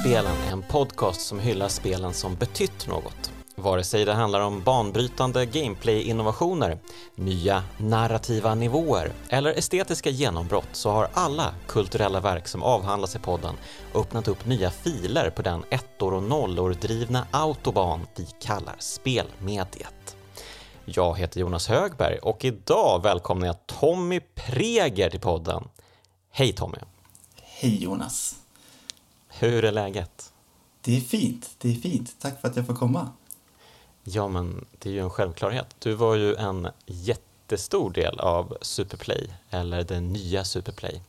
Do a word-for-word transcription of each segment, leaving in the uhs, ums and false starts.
Spelen är en podcast som hyllar spelen som betytt något. Vare sig det handlar om banbrytande gameplay-innovationer, nya narrativa nivåer eller estetiska genombrott, så har alla kulturella verk som avhandlas i podden öppnat upp nya filer på den ettor och nollor drivna autobahn vi kallar spelmediet. Jag heter Jonas Högberg och idag välkomnar jag Tommy Preger till podden. Hej Tommy. Hej Jonas. Hur är läget? Det är fint, det är fint. Tack för att jag får komma. Ja, men det är ju en självklarhet. Du var ju en jättestor del av Superplay, eller den nya Superplay.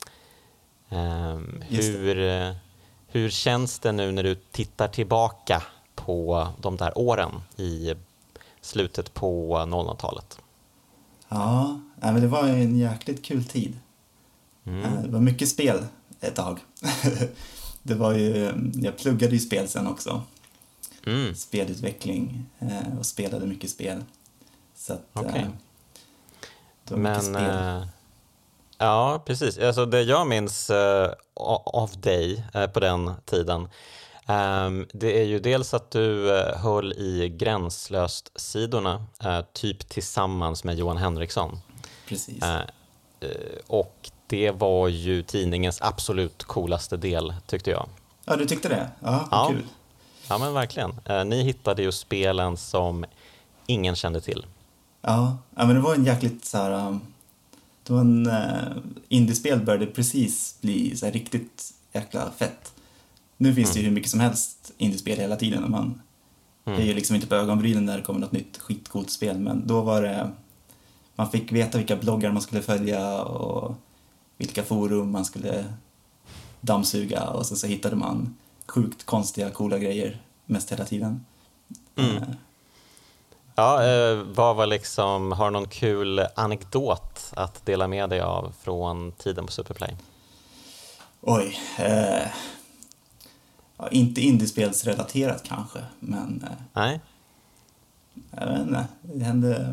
Um, hur, hur känns det nu när du tittar tillbaka på de där åren i slutet på noll noll-talet? Ja, men det var en jäkligt kul tid. Mm. Det var mycket spel ett tag. Det var ju, jag pluggade ju spel sen också. Mm. Spelutveckling och spelade mycket spel. Så att, okay. det var mycket Men, spel. Äh, ja, precis. Alltså det jag minns äh, av dig äh, på den tiden, äh, det är ju dels att du äh, höll i Gränslöst-sidorna, äh, typ tillsammans med Johan Henriksson. Precis. Äh, och det var ju tidningens absolut coolaste del, tyckte jag. Ja, du tyckte det? Ja, ja. Kul. Ja, men verkligen. Ni hittade ju spelen som ingen kände till. Ja, ja men det var en jäkligt så här... Um, det var en uh, indiespel började precis bli så här riktigt jäkla fett. Nu finns mm. det ju hur mycket som helst indiespel hela tiden. Och man mm. är ju liksom inte på ögonbrynen när det kommer något nytt skitcoolt spel. Men då var det... Man fick veta vilka bloggar man skulle följa och vilka forum man skulle dammsuga. Och så, så hittade man sjukt konstiga, coola grejer mest hela tiden. Mm. Uh. Ja, eh, vad var liksom, har du någon kul anekdot att dela med dig av från tiden på Superplay? Oj, eh, ja, inte indiespelsrelaterat kanske, men... Eh, Nej. Jag vet inte, det hände...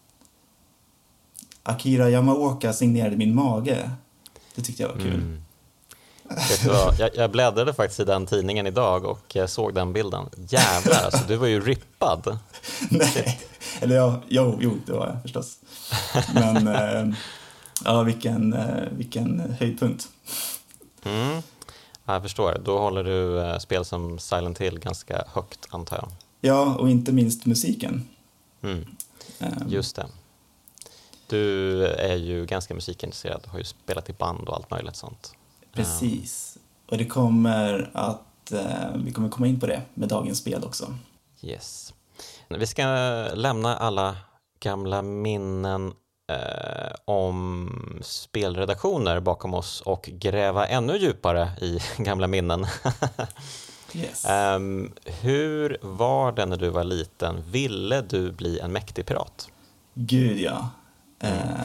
Akira Yamaoka signerade min mage. Det tyckte jag var kul. Mm. Vet du vad? Jag, jag bläddrade faktiskt i den tidningen idag och såg den bilden. Jävlar, alltså du var ju rippad. Nej, eller ja, jo, jo, det var jag förstås. Men äh, ja, vilken, äh, vilken höjdpunkt. Mm. Jag förstår, då håller du äh, spel som Silent Hill ganska högt, antar jag. Ja, och inte minst musiken. Mm. Um. Just det. Du är ju ganska musikintresserad, har ju spelat i band och allt möjligt sånt. Precis. Och det kommer att eh, vi kommer komma in på det med dagens spel också. Yes. Vi ska lämna alla gamla minnen eh, om spelredaktioner bakom oss och gräva ännu djupare i gamla minnen. Yes. um, hur var det när du var liten? Ville du bli en mäktig pirat? Gud ja. Mm. Eh,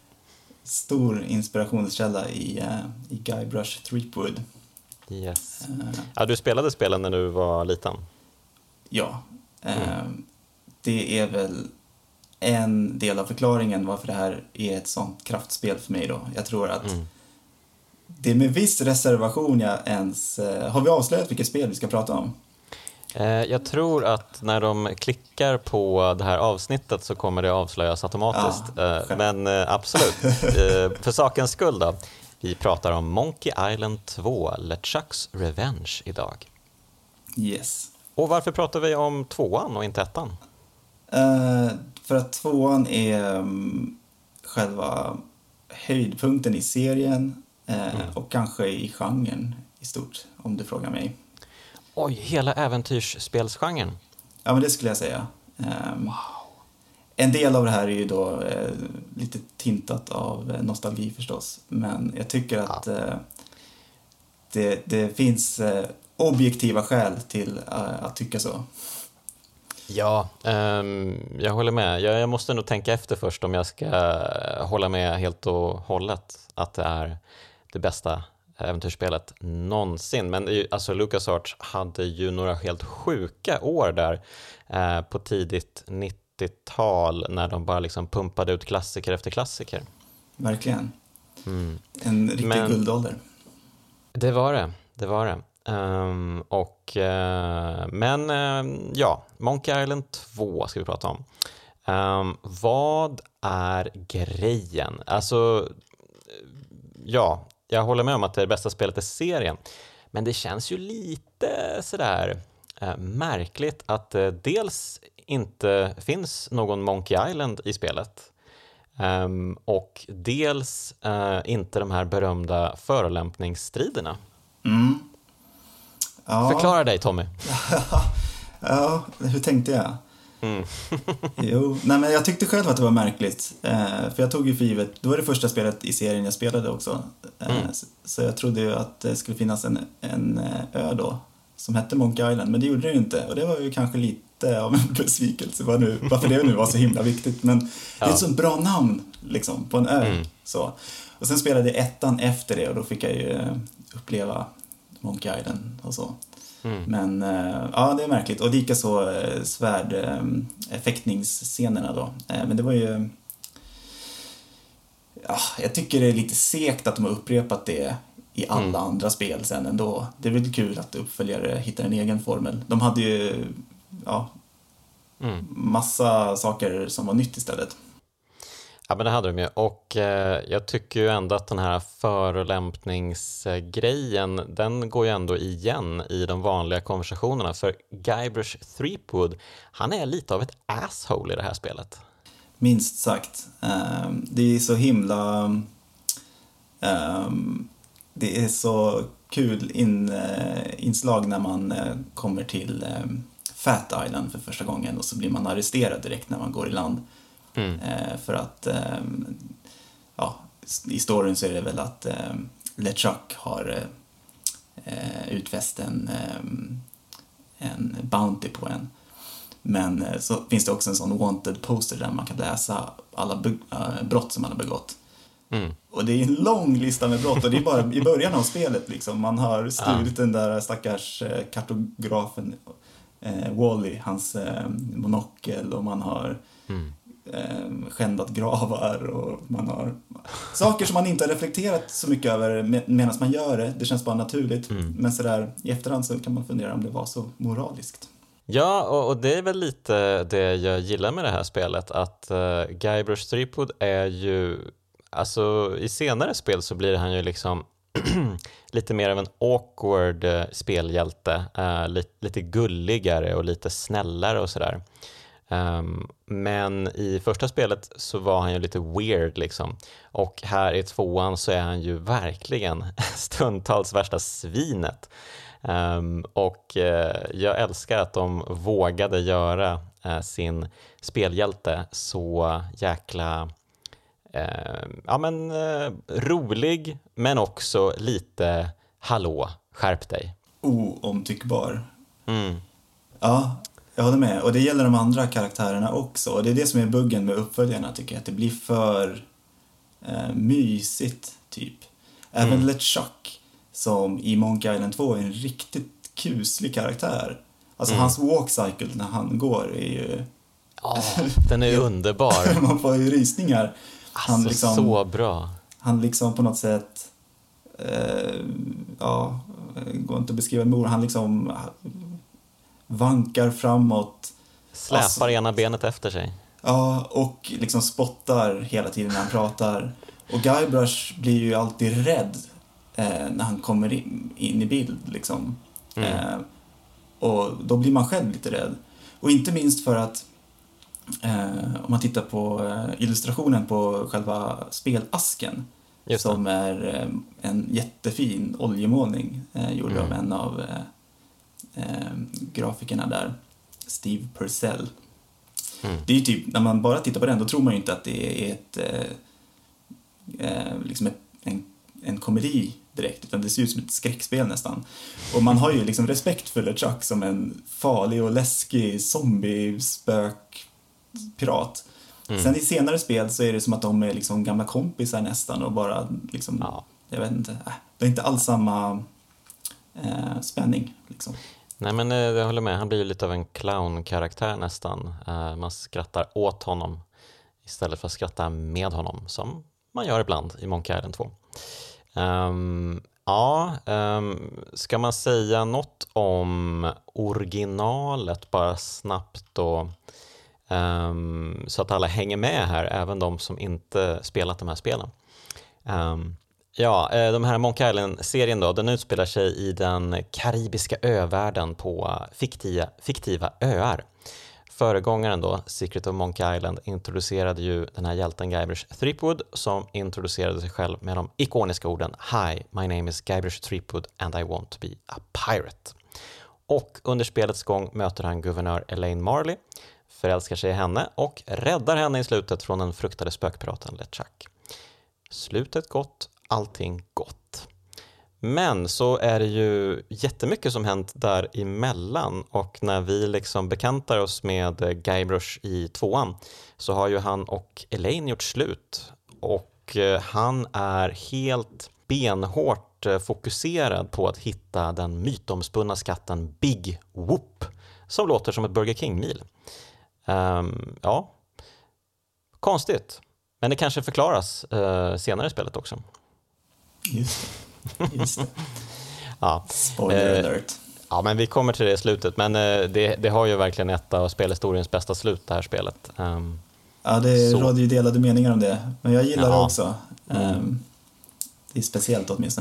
stor inspirationskälla i, uh, i Guybrush Threepwood. Yes. Uh, ja, du spelade spelen när du var liten? Ja. Uh, mm. Det är väl en del av förklaringen varför det här är ett sånt kraftspel för mig då. Jag tror att mm. det är med viss reservation jag ens... Uh, har vi avslöjat vilket spel vi ska prata om? Jag tror att när de klickar på det här avsnittet så kommer det avslöjas automatiskt. Ja, men absolut, för sakens skull då. Vi pratar om Monkey Island två, LeChucks Revenge idag. Yes. Och varför pratar vi om tvåan och inte ettan? Uh, för att tvåan är um, själva höjdpunkten i serien uh, mm. och kanske i genren i stort, om du frågar mig. Oj, hela äventyrsspelsgenren. Ja, men det skulle jag säga. Um, wow. En del av det här är ju då eh, lite tintat av eh, nostalgi förstås. Men jag tycker att ja. eh, det, det finns eh, objektiva skäl till eh, att tycka så. Ja, um, jag håller med. Jag, jag måste nog tänka efter först om jag ska hålla med helt och hållet att det är det bästa äventyrsspelet någonsin. Men alltså LucasArts hade ju några helt sjuka år där eh, på tidigt nittiotal när de bara liksom pumpade ut klassiker efter klassiker. Verkligen. Mm. En riktig Men guldålder. Det var det, det var det. Um, och, uh, men uh, ja, Monkey Island två ska vi prata om. Um, vad är grejen? Alltså, ja, jag håller med om att det är det bästa spelet i serien. Men det känns ju lite sådär uh, märkligt att uh, dels inte finns någon Monkey Island i spelet. Um, och dels uh, inte de här berömda förolämpningsstriderna. Mm. Ja. Förklara dig, Tommy. Ja, hur tänkte jag? Mm. Jo, nej men jag tyckte själv att det var märkligt. Eh, för jag tog ju för givet, det var det första spelet i serien jag spelade också. Eh, Mm. så, så jag trodde ju att det skulle finnas en, en ö då, som hette Monkey Island, men det gjorde det ju inte. Och det var ju kanske lite av en besvikelse, var nu, varför det nu var så himla viktigt. Men det är ett så bra namn liksom, på en ö. Mm. Så. Och sen spelade jag ettan efter det och då fick jag ju uppleva Monkey Island och så. Mm. Men äh, ja, det är märkligt. Och lika så äh, svärd äh, fäktningsscenerna då. Äh, men det var ju... Ja, jag tycker det är lite segt att de har upprepat det i alla mm. andra spel sen ändå. Det är väl kul att uppföljare hittar en egen formel. De hade ju ja, mm. massa saker som var nytt istället. Ja, men det hade de ju. Och eh, jag tycker ju ändå att den här förolämpningsgrejen, den går ju ändå igen i de vanliga konversationerna. För Guybrush Threepwood, han är lite av ett asshole i det här spelet. Minst sagt. Um, det är så himla... Um, det är så kul in, uh, inslag när man uh, kommer till um, Fat Island för första gången och så blir man arresterad direkt när man går i land. Mm. För att ja, i storyn så är det väl att LeChuck har utfäst en, en bounty på en. Men så finns det också en sån wanted poster där man kan läsa alla brott som man har begått. Mm. Och det är en lång lista med brott och det är bara i början av spelet liksom. Man har stulit ja. den där stackars kartografen Wall-E, hans monokel, och man har mm. skändat gravar och man har saker som man inte har reflekterat så mycket över med, medan man gör det. Det känns bara naturligt. Mm. Men sådär i efterhand så kan man fundera om det var så moraliskt. Ja, och, och det är väl lite det jag gillar med det här spelet, att uh, Guybrush Threepwood är ju, alltså i senare spel så blir han ju liksom lite mer av en awkward uh, spelhjälte, uh, lite, lite gulligare och lite snällare och sådär. Um, men i första spelet så var han ju lite weird liksom. Och här i tvåan så är han ju verkligen stundtals värsta svinet. Um, och uh, jag älskar att de vågade göra uh, sin spelhjälte så jäkla uh, ja men uh, rolig, men också lite hallå, skärp dig. Oomtyckbar. Mm. Ja, jag håller med. Och det gäller de andra karaktärerna också. Och det är det som är buggen med uppföljarna, tycker jag. Att det blir för eh, mysigt, typ. Även mm. LeChuck, som i Monkey Island två är en riktigt kuslig karaktär. Alltså mm. hans walk-cycle när han går är ju... Ja, den är underbar. Man får ju rysningar. Han alltså, liksom, så bra. Han liksom på något sätt... Eh, ja, går inte att beskriva med ord. Han liksom... vankar framåt. Släpar alltså, ena benet efter sig. Ja, och liksom spottar hela tiden när han pratar. Och Guybrush blir ju alltid rädd eh, när han kommer in, in i bild. Liksom. Mm. Eh, och då blir man själv lite rädd. Och inte minst för att eh, om man tittar på eh, illustrationen på själva spelasken. Som är eh, en jättefin oljemålning eh, gjord mm. av en av... Eh, Eh, grafikerna där, Steve Purcell. Mm. Det är ju typ, när man bara tittar på den, då tror man ju inte att det är ett eh, eh, liksom ett, en, en komedi direkt, utan det ser ut som ett skräckspel nästan. Och man har ju liksom respekt för LeChuck som en farlig och läskig zombie-spök-pirat. Mm. Sen i senare spel så är det som att de är liksom gamla kompisar nästan och bara liksom, ja. jag vet inte, äh, det är inte alls samma eh, spänning liksom. Nej, men jag håller med. Han blir ju lite av en clown-karaktär nästan. Man skrattar åt honom istället för att skratta med honom, som man gör ibland i Monkey Island två. Um, Ja, um, ska man säga något om originalet bara snabbt då, um, så att alla hänger med här, även de som inte spelat de här spelen. Um, ja, de här Monkey Island-serien då, den utspelar sig i den karibiska övärlden på fiktiva, fiktiva öar. Föregångaren då, Secret of Monkey Island, introducerade ju den här hjälten Guybrush Threepwood, som introducerade sig själv med de ikoniska orden Hi, my name is Guybrush Threepwood and I want to be a pirate. Och under spelets gång möter han guvernör Elaine Marley, förälskar sig i henne och räddar henne i slutet från den fruktade spökpiraten LeChuck. Slutet gott, allting gott. Men så är det ju jättemycket som hänt däremellan, och när vi liksom bekantar oss med Guybrush i tvåan så har ju han och Elaine gjort slut, och han är helt benhårt fokuserad på att hitta den mytomspunna skatten Big Whoop, som låter som ett Burger King-mil. Um, ja, konstigt. Men det kanske förklaras uh, senare i spelet också. Just det. Just det. Ja. Spoiler uh, alert. Ja, men vi kommer till det i slutet. Men uh, det, det har ju verkligen ett av spelhistoriens bästa slut, det här spelet. Um, ja, det så. råder ju delade meningar om det. Men jag gillar ja. det också. Um, mm. Det är speciellt åtminstone.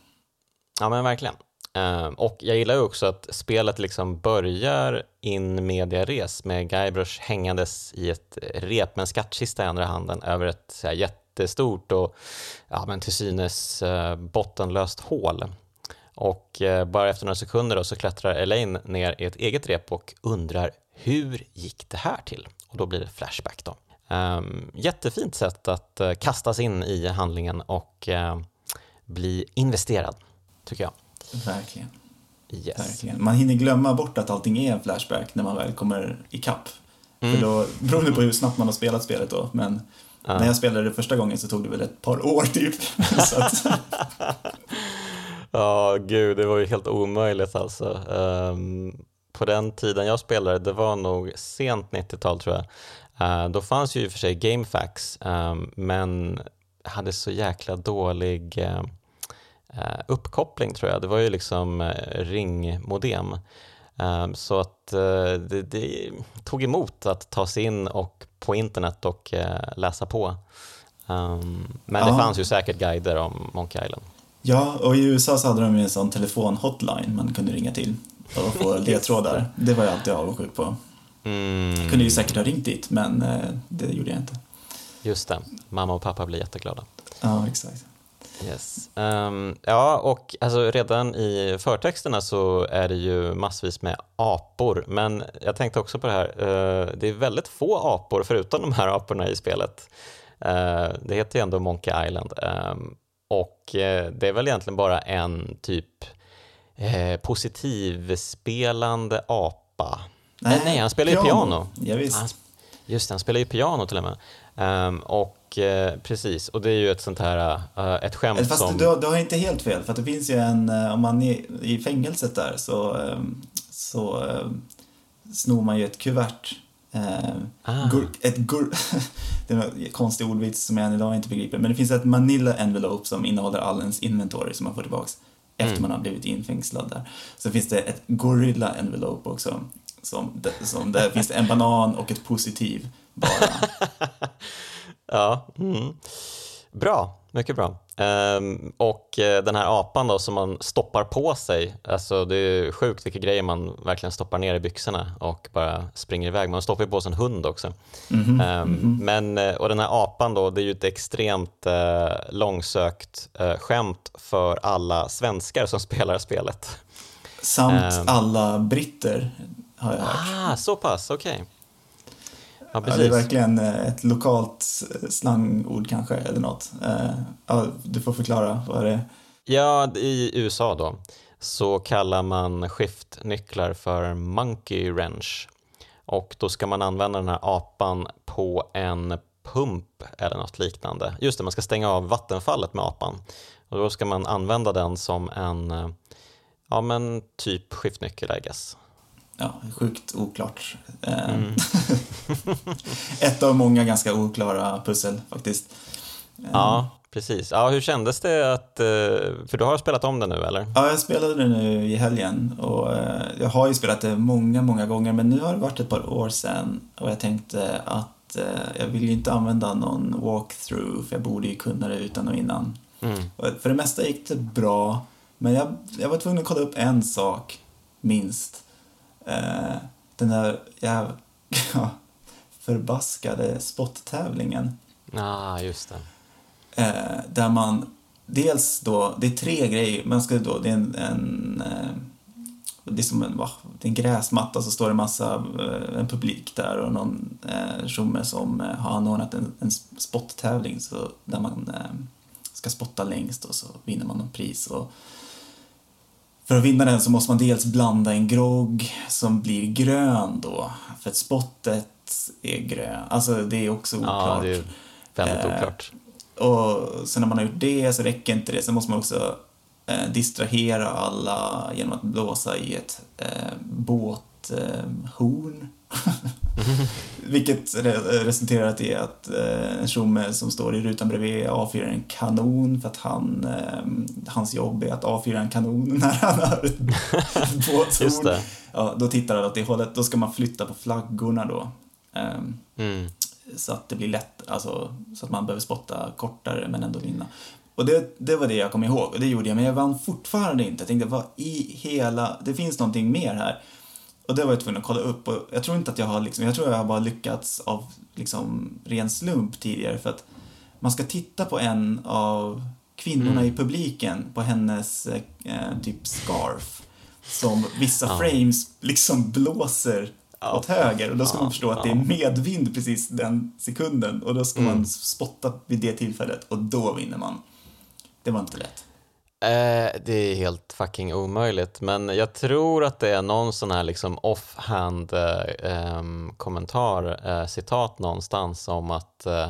Ja, men verkligen. Uh, och jag gillar ju också att spelet liksom börjar in media res med Guybrush hängandes i ett rep med en skattkista i andra handen över ett så här jättestort och ja, men till synes uh, bottenlöst hål. Och uh, bara efter några sekunder då, så klättrar Elaine ner i ett eget rep och undrar hur gick det här till? Och då blir det flashback då. Um, jättefint sätt att uh, kastas in i handlingen och uh, bli investerad, tycker jag. Verkligen. Yes. Verkligen. Man hinner glömma bort att allting är en flashback när man väl kommer ikapp. Mm. För då beror det på hur snabbt man har spelat spelet då. Men uh. när jag spelade det första gången så tog det väl ett par år typ. Så att... Ja, gud, det var ju helt omöjligt alltså. Um, på den tiden jag spelade, det var nog sent nittiotal tror jag. Uh, då fanns ju i och för sig GameFAQs, um, men hade så jäkla dålig... Uh, Uh, uppkoppling tror jag. Det var ju liksom uh, ringmodem. Um, så att uh, det, det tog emot att ta sig in och på internet och uh, läsa på. Um, men ja. Det fanns ju säkert guider om Monkey Island. Ja, och i U S A så hade de ju en sån telefon-hotline man kunde ringa till och få ledtrådar. Det var jag alltid avundsjuk på. Mm. Jag kunde ju säkert ha ringt dit, men uh, det gjorde jag inte. Just det. Mamma och pappa blir jätteglada. Ja, exakt. Yes. Um, ja, och alltså redan i förtexterna så är det ju massvis med apor, men jag tänkte också på det här, uh, det är väldigt få apor förutom de här aporna i spelet. Uh, det heter ju ändå Monkey Island, um, och uh, det är väl egentligen bara en typ uh, positivspelande apa. Nej, nej han spelar ju piano. piano. Ja, visst. Han, just det, han spelar ju piano till och med. Um, och uh, precis, och det är ju ett sånt här uh, ett skämt. Fast som... du, du har inte helt fel, för att det finns ju en, om man är i fängelset där så, um, så um, snor man ju ett kuvert, um, ah. gur, ett gur, det är en konstig ordvits som jag än idag inte begriper, men det finns ett manila envelope som innehåller all ens inventory som man får tillbaks efter mm. man har blivit infängslad där. Så finns det ett gorilla envelope också, som, som där finns det en banan och ett positiv bara. Ja, mm. Bra, mycket bra. Um, och uh, den här apan då som man stoppar på sig, alltså det är sjukt vilka grejer man verkligen stoppar ner i byxorna och bara springer iväg. Man stoppar ju på sig en hund också. Mm-hmm, um, mm-hmm. Men, uh, och den här apan då, det är ju ett extremt uh, långsökt uh, skämt för alla svenskar som spelar spelet. Samt um, alla britter har jag hört. Ah, så pass, okej. Okay. Ja, ja, det är verkligen ett lokalt slangord kanske, eller något. Ja, du får förklara vad det är. Ja, i U S A då så kallar man skiftnycklar för monkey wrench. Och då ska man använda den här apan på en pump eller något liknande. Just det, man ska stänga av vattenfallet med apan. Och då ska man använda den som en, ja men typ skiftnyckel, I guess. Ja, sjukt oklart. Mm. Ett av många ganska oklara pussel faktiskt. Ja, precis. Ja, hur kändes det att, för du har spelat om det nu, eller? Ja, jag spelade det nu i helgen och jag har ju spelat det många, många gånger, men nu har det varit ett par år sedan och jag tänkte att jag vill ju inte använda någon walkthrough, för jag borde ju kunna det utan och innan. Mm. Och för det mesta gick det bra, men jag, jag var tvungen att kolla upp en sak, minst. Eh, den där ja, förbaskade spot-tävlingen. Ja, ah, just det. Eh, där man dels då, det är tre grejer, man ska då, det är en, en eh, det är som en, va, det är en gräsmatta, så står det massa, eh, en publik där och någon eh, tjomme som eh, har anordnat en, en spot-tävling så, där man eh, ska spotta längst och så vinner man någon pris. Och för att vinna den så måste man dels blanda en grogg som blir grön då, för att spottet är grön. Alltså det är också oklart. Ja, det är väldigt oklart. Eh, och sen när man har gjort det så räcker inte det. Sen måste man också eh, distrahera alla genom att blåsa i ett eh, båthorn. Eh, Vilket re- resulterar i att eh, en tjomme som står i rutan bredvid avfyrar en kanon för att han, eh, hans jobb är att avfyra en kanon när han har ett båthorn. Ja, då tittar alla åt det hållet. Då ska man flytta på flaggorna då. Eh, mm. Så att det blir lätt, alltså, så att man behöver spotta kortare men ändå vinna. Och det, det var det jag kom ihåg och det gjorde jag, men jag vann fortfarande inte. Jag tänkte, vad i hela, det finns någonting mer här. Och det var jag tvungen att kolla upp och jag tror inte att jag har liksom, jag tror jag har bara lyckats av liksom ren slump tidigare, för att man ska titta på en av kvinnorna mm. i publiken, på hennes eh, typ scarf som vissa ja. frames liksom blåser ja. åt höger, och då ska ja. man förstå att det är medvind precis den sekunden och då ska mm. man spotta vid det tillfället och då vinner man. Det var inte lätt. Eh, det är helt fucking omöjligt, men jag tror att det är någon sån här liksom offhand eh, kommentar, eh, citat någonstans om att eh,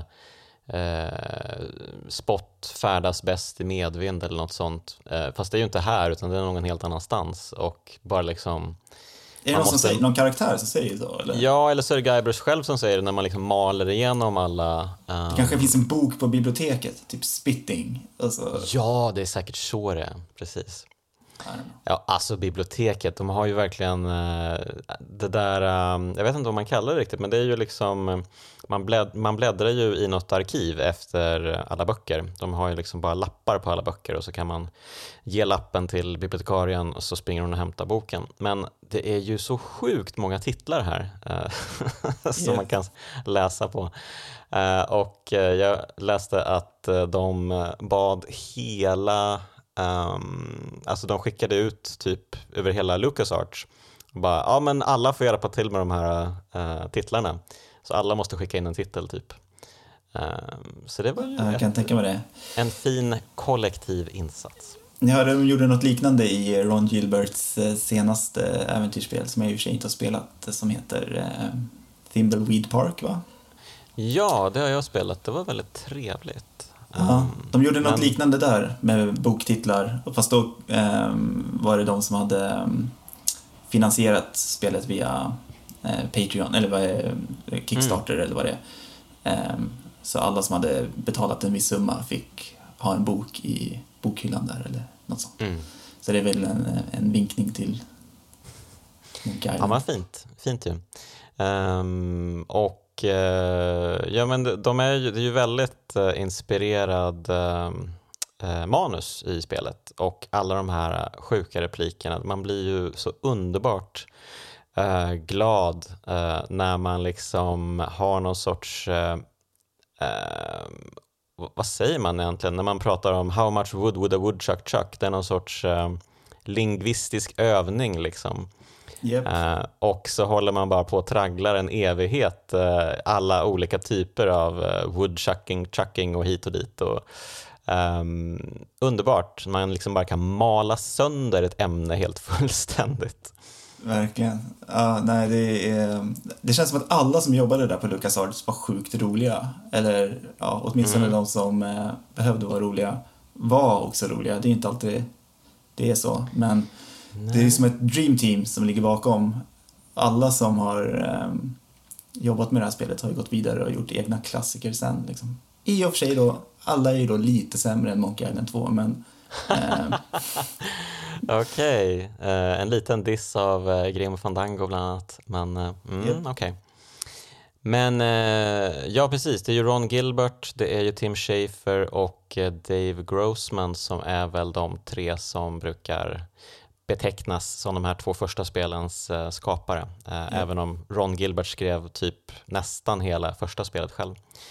eh, spot färdas bäst i medvind eller något sånt. Eh, fast det är ju inte här utan det är någon helt annanstans och bara liksom... Är det någon, måste... som säger, någon karaktär som säger så? Eller? Ja, eller så är det Guybrush själv som säger det när man liksom maler igenom alla... Um... Det kanske finns en bok på biblioteket, typ Spitting. Alltså... Ja, det är säkert så det är, precis. Ja, alltså biblioteket, de har ju verkligen uh, det där, uh, jag vet inte vad man kallar det riktigt, men det är ju liksom, man, blädd, man bläddrar ju i något arkiv efter alla böcker. De har ju liksom bara lappar på alla böcker och så kan man ge lappen till bibliotekarien och så springer hon och hämtar boken. Men det är ju så sjukt många titlar här uh, som yeah. man kan läsa på. Uh, och uh, jag läste att uh, de bad hela Um, alltså de skickade ut typ över hela LucasArts och bara, ja men alla får hjälpa till med de här uh, titlarna, så alla måste skicka in en titel typ. Um, så det var ju jag kan tänka mig det. En fin kollektiv insats. Ja, de gjorde något liknande i Ron Gilberts senaste äventyrsspel som jag i och för sig inte har spelat, som heter uh, Thimbleweed Park, va? Ja, det har jag spelat, det var väldigt trevligt. Ja, de gjorde något men... liknande där med boktitlar, fast då um, var det de som hade um, finansierat spelet via uh, Patreon eller vad är, Kickstarter mm. eller vad det är. Um, så alla som hade betalat en viss summa fick ha en bok i bokhyllan där eller något sånt. Mm. Så det är väl en, en vinkning till guiden. Ja, men fint, fint ju. Um, och ja, men de är ju, det är ju väldigt uh, inspirerad uh, manus i spelet och alla de här sjuka replikerna. Man blir ju så underbart uh, glad uh, när man liksom har någon sorts uh, uh, vad säger man egentligen när man pratar om how much wood would a woodchuck chuck. Det är någon sorts uh, lingvistisk övning liksom. Yep. Uh, och så håller man bara på att traggla en evighet uh, alla olika typer av uh, woodchucking, chucking och hit och dit och, um, underbart, man liksom bara kan mala sönder ett ämne helt fullständigt. Verkligen. Ja, nej, det, är, det känns som att alla som jobbade där på LucasArts var sjukt roliga, eller ja, åtminstone mm. de som eh, behövde vara roliga var också roliga. Det är inte alltid det är så, men nej. Det är som ett dream team som ligger bakom. Alla som har um, jobbat med det här spelet har ju gått vidare och gjort egna klassiker sen liksom. i och för sig då, alla är ju då lite sämre än Monkey Island två, men... Eh... Okej, okay. uh, en liten diss av uh, Grim Fandango bland annat, men uh, mm, yep. okej. Okay. Men uh, ja, precis, det är ju Ron Gilbert, det är ju Tim Schafer och uh, Dave Grossman som är väl de tre som brukar betecknas som de här två första spelens uh, skapare, uh, ja. Även om Ron Gilbert skrev typ nästan hela första spelet själv.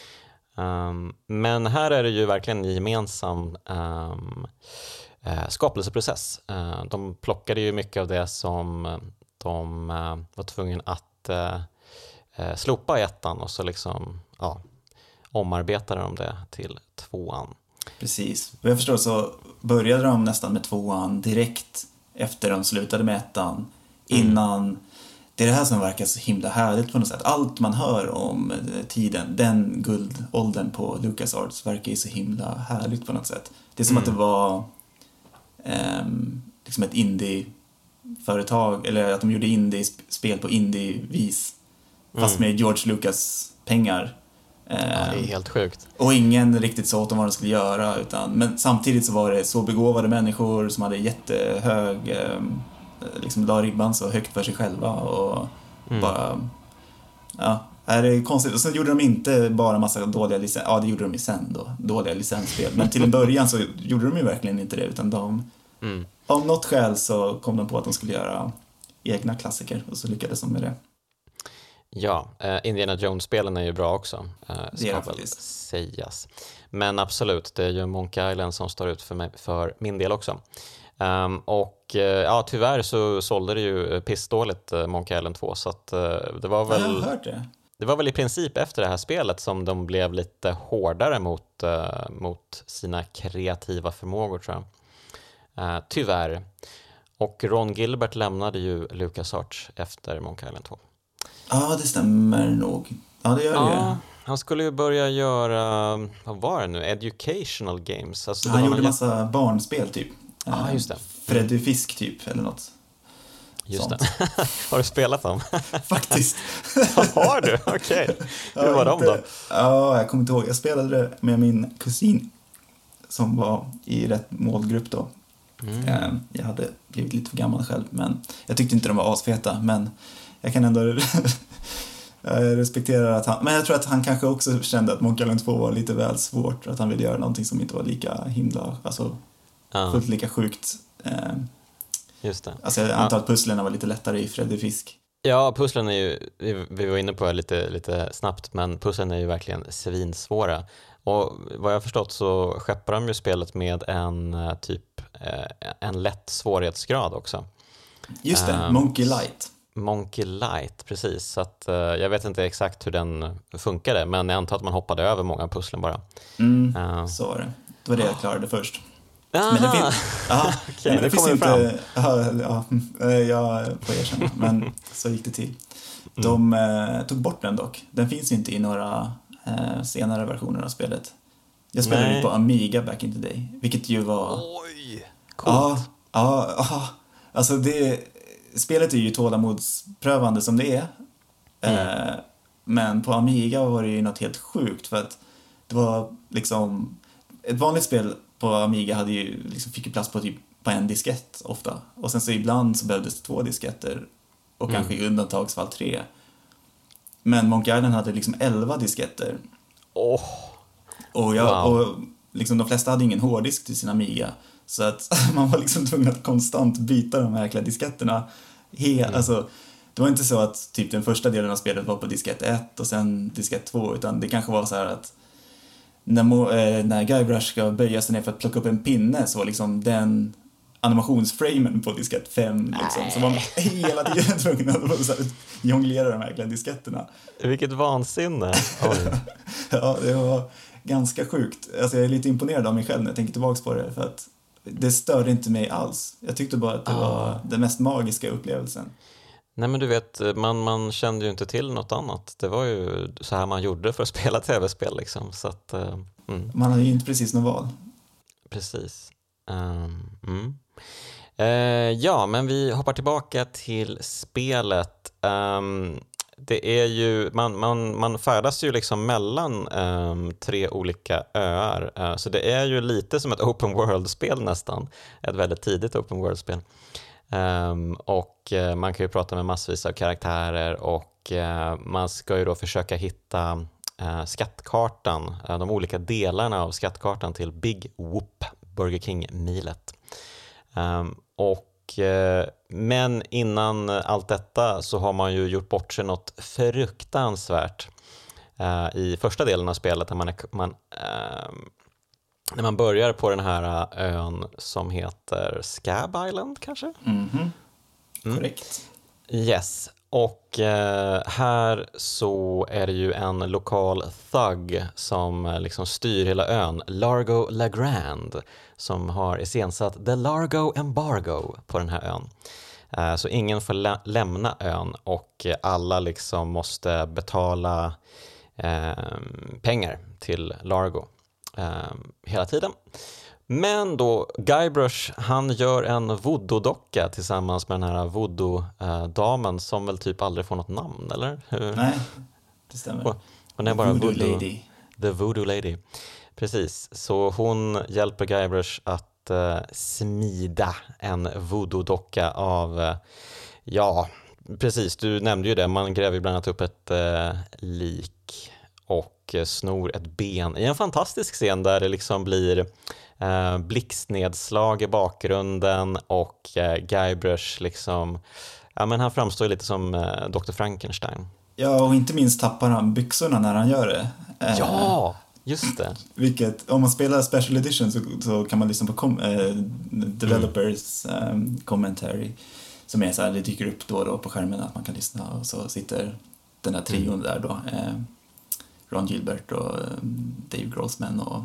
Um, men här är det ju verkligen en gemensam um, uh, skapelseprocess. Uh, de plockade ju mycket av det som de uh, var tvungna att uh, uh, slopa i ettan och så liksom ja, omarbetade de det till tvåan. Precis, vad jag förstår så började de nästan med tvåan direkt efter de slutade med ettan, innan mm. det är det här som verkar så himla härligt på något sätt. Allt man hör om tiden, den guldåldern på LucasArts verkar ju så himla härligt på något sätt. Det är som mm. att det var um, liksom ett indie-företag, eller att de gjorde indie-spel på indie-vis, fast mm. med George Lucas pengar. Ja, det är helt sjukt. Och ingen riktigt sa åt dem vad de skulle göra, utan, men samtidigt så var det så begåvade människor som hade jättehög, eh, liksom la ribban så högt för sig själva och mm. bara, ja, är det konstigt. Och sen gjorde de inte bara massa dåliga licens, ja det gjorde de ju sen då, dåliga licensspel, men till en början så gjorde de ju verkligen inte det, utan de, mm. av något skäl så kom de på att de skulle göra egna klassiker och så lyckades de med det. Ja, eh, Indiana Jones-spelen är ju bra också, eh, ska väl faktiskt sägas. Men absolut, det är ju Monkey Island som står ut för, mig, för min del också. Um, och uh, ja, tyvärr så sålde det ju pissdåligt uh, Monkey Island två, så att uh, det var väl... Jag har hört det. Det var väl i princip efter det här spelet som de blev lite hårdare mot, uh, mot sina kreativa förmågor, tror jag. Uh, tyvärr. Och Ron Gilbert lämnade ju LucasArts efter Monkey Island två. Ja, det stämmer nog. Ja, det gör det. Ja, han skulle ju börja göra, vad var det nu? Educational games. Alltså, han det gjorde någon... massa barnspel typ. Ja, just det. Freddy Fisk typ, eller något. Just sånt. det. Har du spelat dem? Faktiskt. Har du? Okej. Okay. Hur var ja, de då? Ja, jag kommer inte ihåg. Jag spelade det med min kusin som var i rätt målgrupp då. Mm. Jag hade blivit lite för gammal själv, men jag tyckte inte de var asfeta, men jag kan ändå jag respekterar att han, men jag tror att han kanske också kände att Monkey Island två var lite väl svårt, att han ville göra någonting som inte var lika himla, alltså ja. fullt lika sjukt. Just det. Alltså jag antar ja. att pusslen var lite lättare i Freddy Fisk. Ja, pusslen är ju, vi var inne på det lite, lite snabbt, men pusslen är ju verkligen svinsvåra. Och vad jag har förstått så skeppar de ju spelet med en typ en lätt svårighetsgrad också. Just det, um, Monkey Light. Monkey Light, precis. Så att, uh, jag vet inte exakt hur den funkade, men jag antar att man hoppade över många pusslen bara. Mm, uh. Så var det. Det var det jag klarade först. Aha. Men det finns, aha, okay, men det, det finns inte, fram. Ja, ja, jag får erkänna, men så gick det till. De mm. eh, tog bort den dock. Den finns inte i några eh, senare versioner av spelet. Jag spelade Nej. på Amiga back in the day, vilket ju var... Oj, coolt. Ja, ja, ja, alltså det... Spelet är ju tålamodsprövande som det är. Mm. Eh, men på Amiga var det ju något helt sjukt, för att det var liksom... Ett vanligt spel på Amiga hade ju, liksom, fick ju plats på typ på en diskett ofta. Och sen så ibland så behövdes det två disketter. Och mm. kanske i undantagsfall tre. Men Monkey Island hade liksom elva disketter. Oh. Och, jag, wow. och liksom, de flesta hade ingen hårddisk till sin Amiga. Så att man var liksom tvungen att konstant byta de här jäkla disketterna. He- mm. alltså, det var inte så att typ den första delen av spelet var på diskett ett och sen diskett två. Utan det kanske var så här att när, mo- äh, när Guybrush ska böja sig ner för att plocka upp en pinne, så liksom den animationsframen på diskett fem liksom, så var man hela tiden tvungen att så här, jonglera de här jäkla disketterna. Vilket vansinne. Ja, det var ganska sjukt. Alltså jag är lite imponerad av mig själv när jag tänker tillbaka på det, för att det störde inte mig alls. Jag tyckte bara att det ah. var den mest magiska upplevelsen. Nej, men du vet, man, man kände ju inte till något annat. Det var ju så här man gjorde för att spela tv-spel liksom. Så att, uh, mm. Man hade ju inte precis något val. Precis. Um, mm. uh, ja, men vi hoppar tillbaka till spelet. Um, det är ju, man, man, man färdas ju liksom mellan um, tre olika öar, uh, så det är ju lite som ett open world-spel nästan, ett väldigt tidigt open world-spel. Um, och uh, man kan ju prata med massvis av karaktärer och uh, man ska ju då försöka hitta uh, skattkartan, uh, de olika delarna av skattkartan till Big Whoop, Burger King-milet. Um, och Men innan allt detta så har man ju gjort bort sig något fruktansvärt uh, i första delen av spelet där man, är, man, uh, när man börjar på den här ön som heter Scab Island kanske? Mm-hmm. Mm. Korrekt. Yes. Och eh, här så är det ju en lokal thug som eh, liksom styr hela ön, Largo Legrand, som har iscensatt The Largo Embargo på den här ön. Eh, så ingen får lä- lämna ön och alla liksom måste betala eh, pengar till Largo eh, hela tiden. Men då Guybrush, han gör en voodoo-docka tillsammans med den här voodoo-damen som väl typ aldrig får något namn, eller? Nej, det stämmer. Och, hon är bara Voodoo voodoo Lady. The Voodoo Lady. Precis, så hon hjälper Guybrush att uh, smida en voodoo-docka av, uh, ja, precis, du nämnde ju det, man gräver bland annat upp ett uh, lik och uh, snor ett ben i en fantastisk scen där det liksom blir Uh, blixtnedslag i bakgrunden och uh, Guybrush liksom, ja men han framstår lite som uh, doktor Frankenstein. Ja, och inte minst tappar han byxorna när han gör det. Uh, ja, just det. Vilket, om man spelar Special Edition så, så kan man lyssna på kom, uh, Developers mm. um, Commentary som är så här, det dyker upp då och då på skärmen att man kan lyssna och så sitter den här trion mm. där då, uh, Ron Gilbert och uh, Dave Grossman och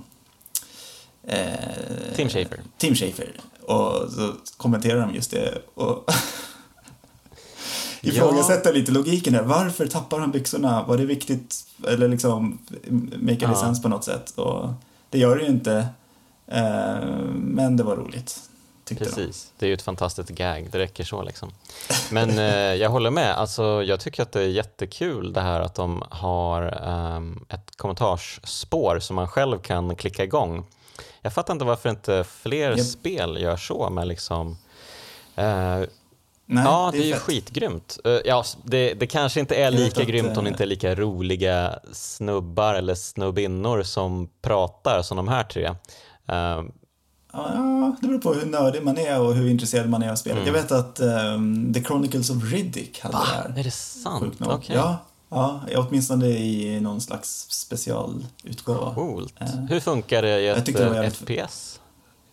Eh, Tim Schafer. Tim Schafer. Och så kommenterar de just det och ifrågasätter ja. lite logiken där. Varför tappar han byxorna? Var det viktigt eller liksom make a ja. sense på något sätt? Och det gör det ju inte. Eh, men det var roligt. Precis, de. Det är ju ett fantastiskt gag, det räcker så liksom. Men eh, jag håller med, alltså jag tycker att det är jättekul det här att de har um, ett kommentarsspår som man själv kan klicka igång. Jag fattar inte varför inte fler yep. spel gör så med liksom uh, Nej, ja, det är, det är ju fett. skitgrymt. Uh, ja, det, det kanske inte är lika grymt att, om det inte är lika roliga snubbar eller snubbinnor som pratar som de här tre. Uh, Ja, det beror på hur nördig man är och hur intresserad man är av spelet. Mm. Jag vet att um, The Chronicles of Riddick hade Va? det här. Är det sant? Okay. Ja, ja, åtminstone i någon slags specialutgåva. Coolt. Uh, hur funkar det i ett uh, F P S?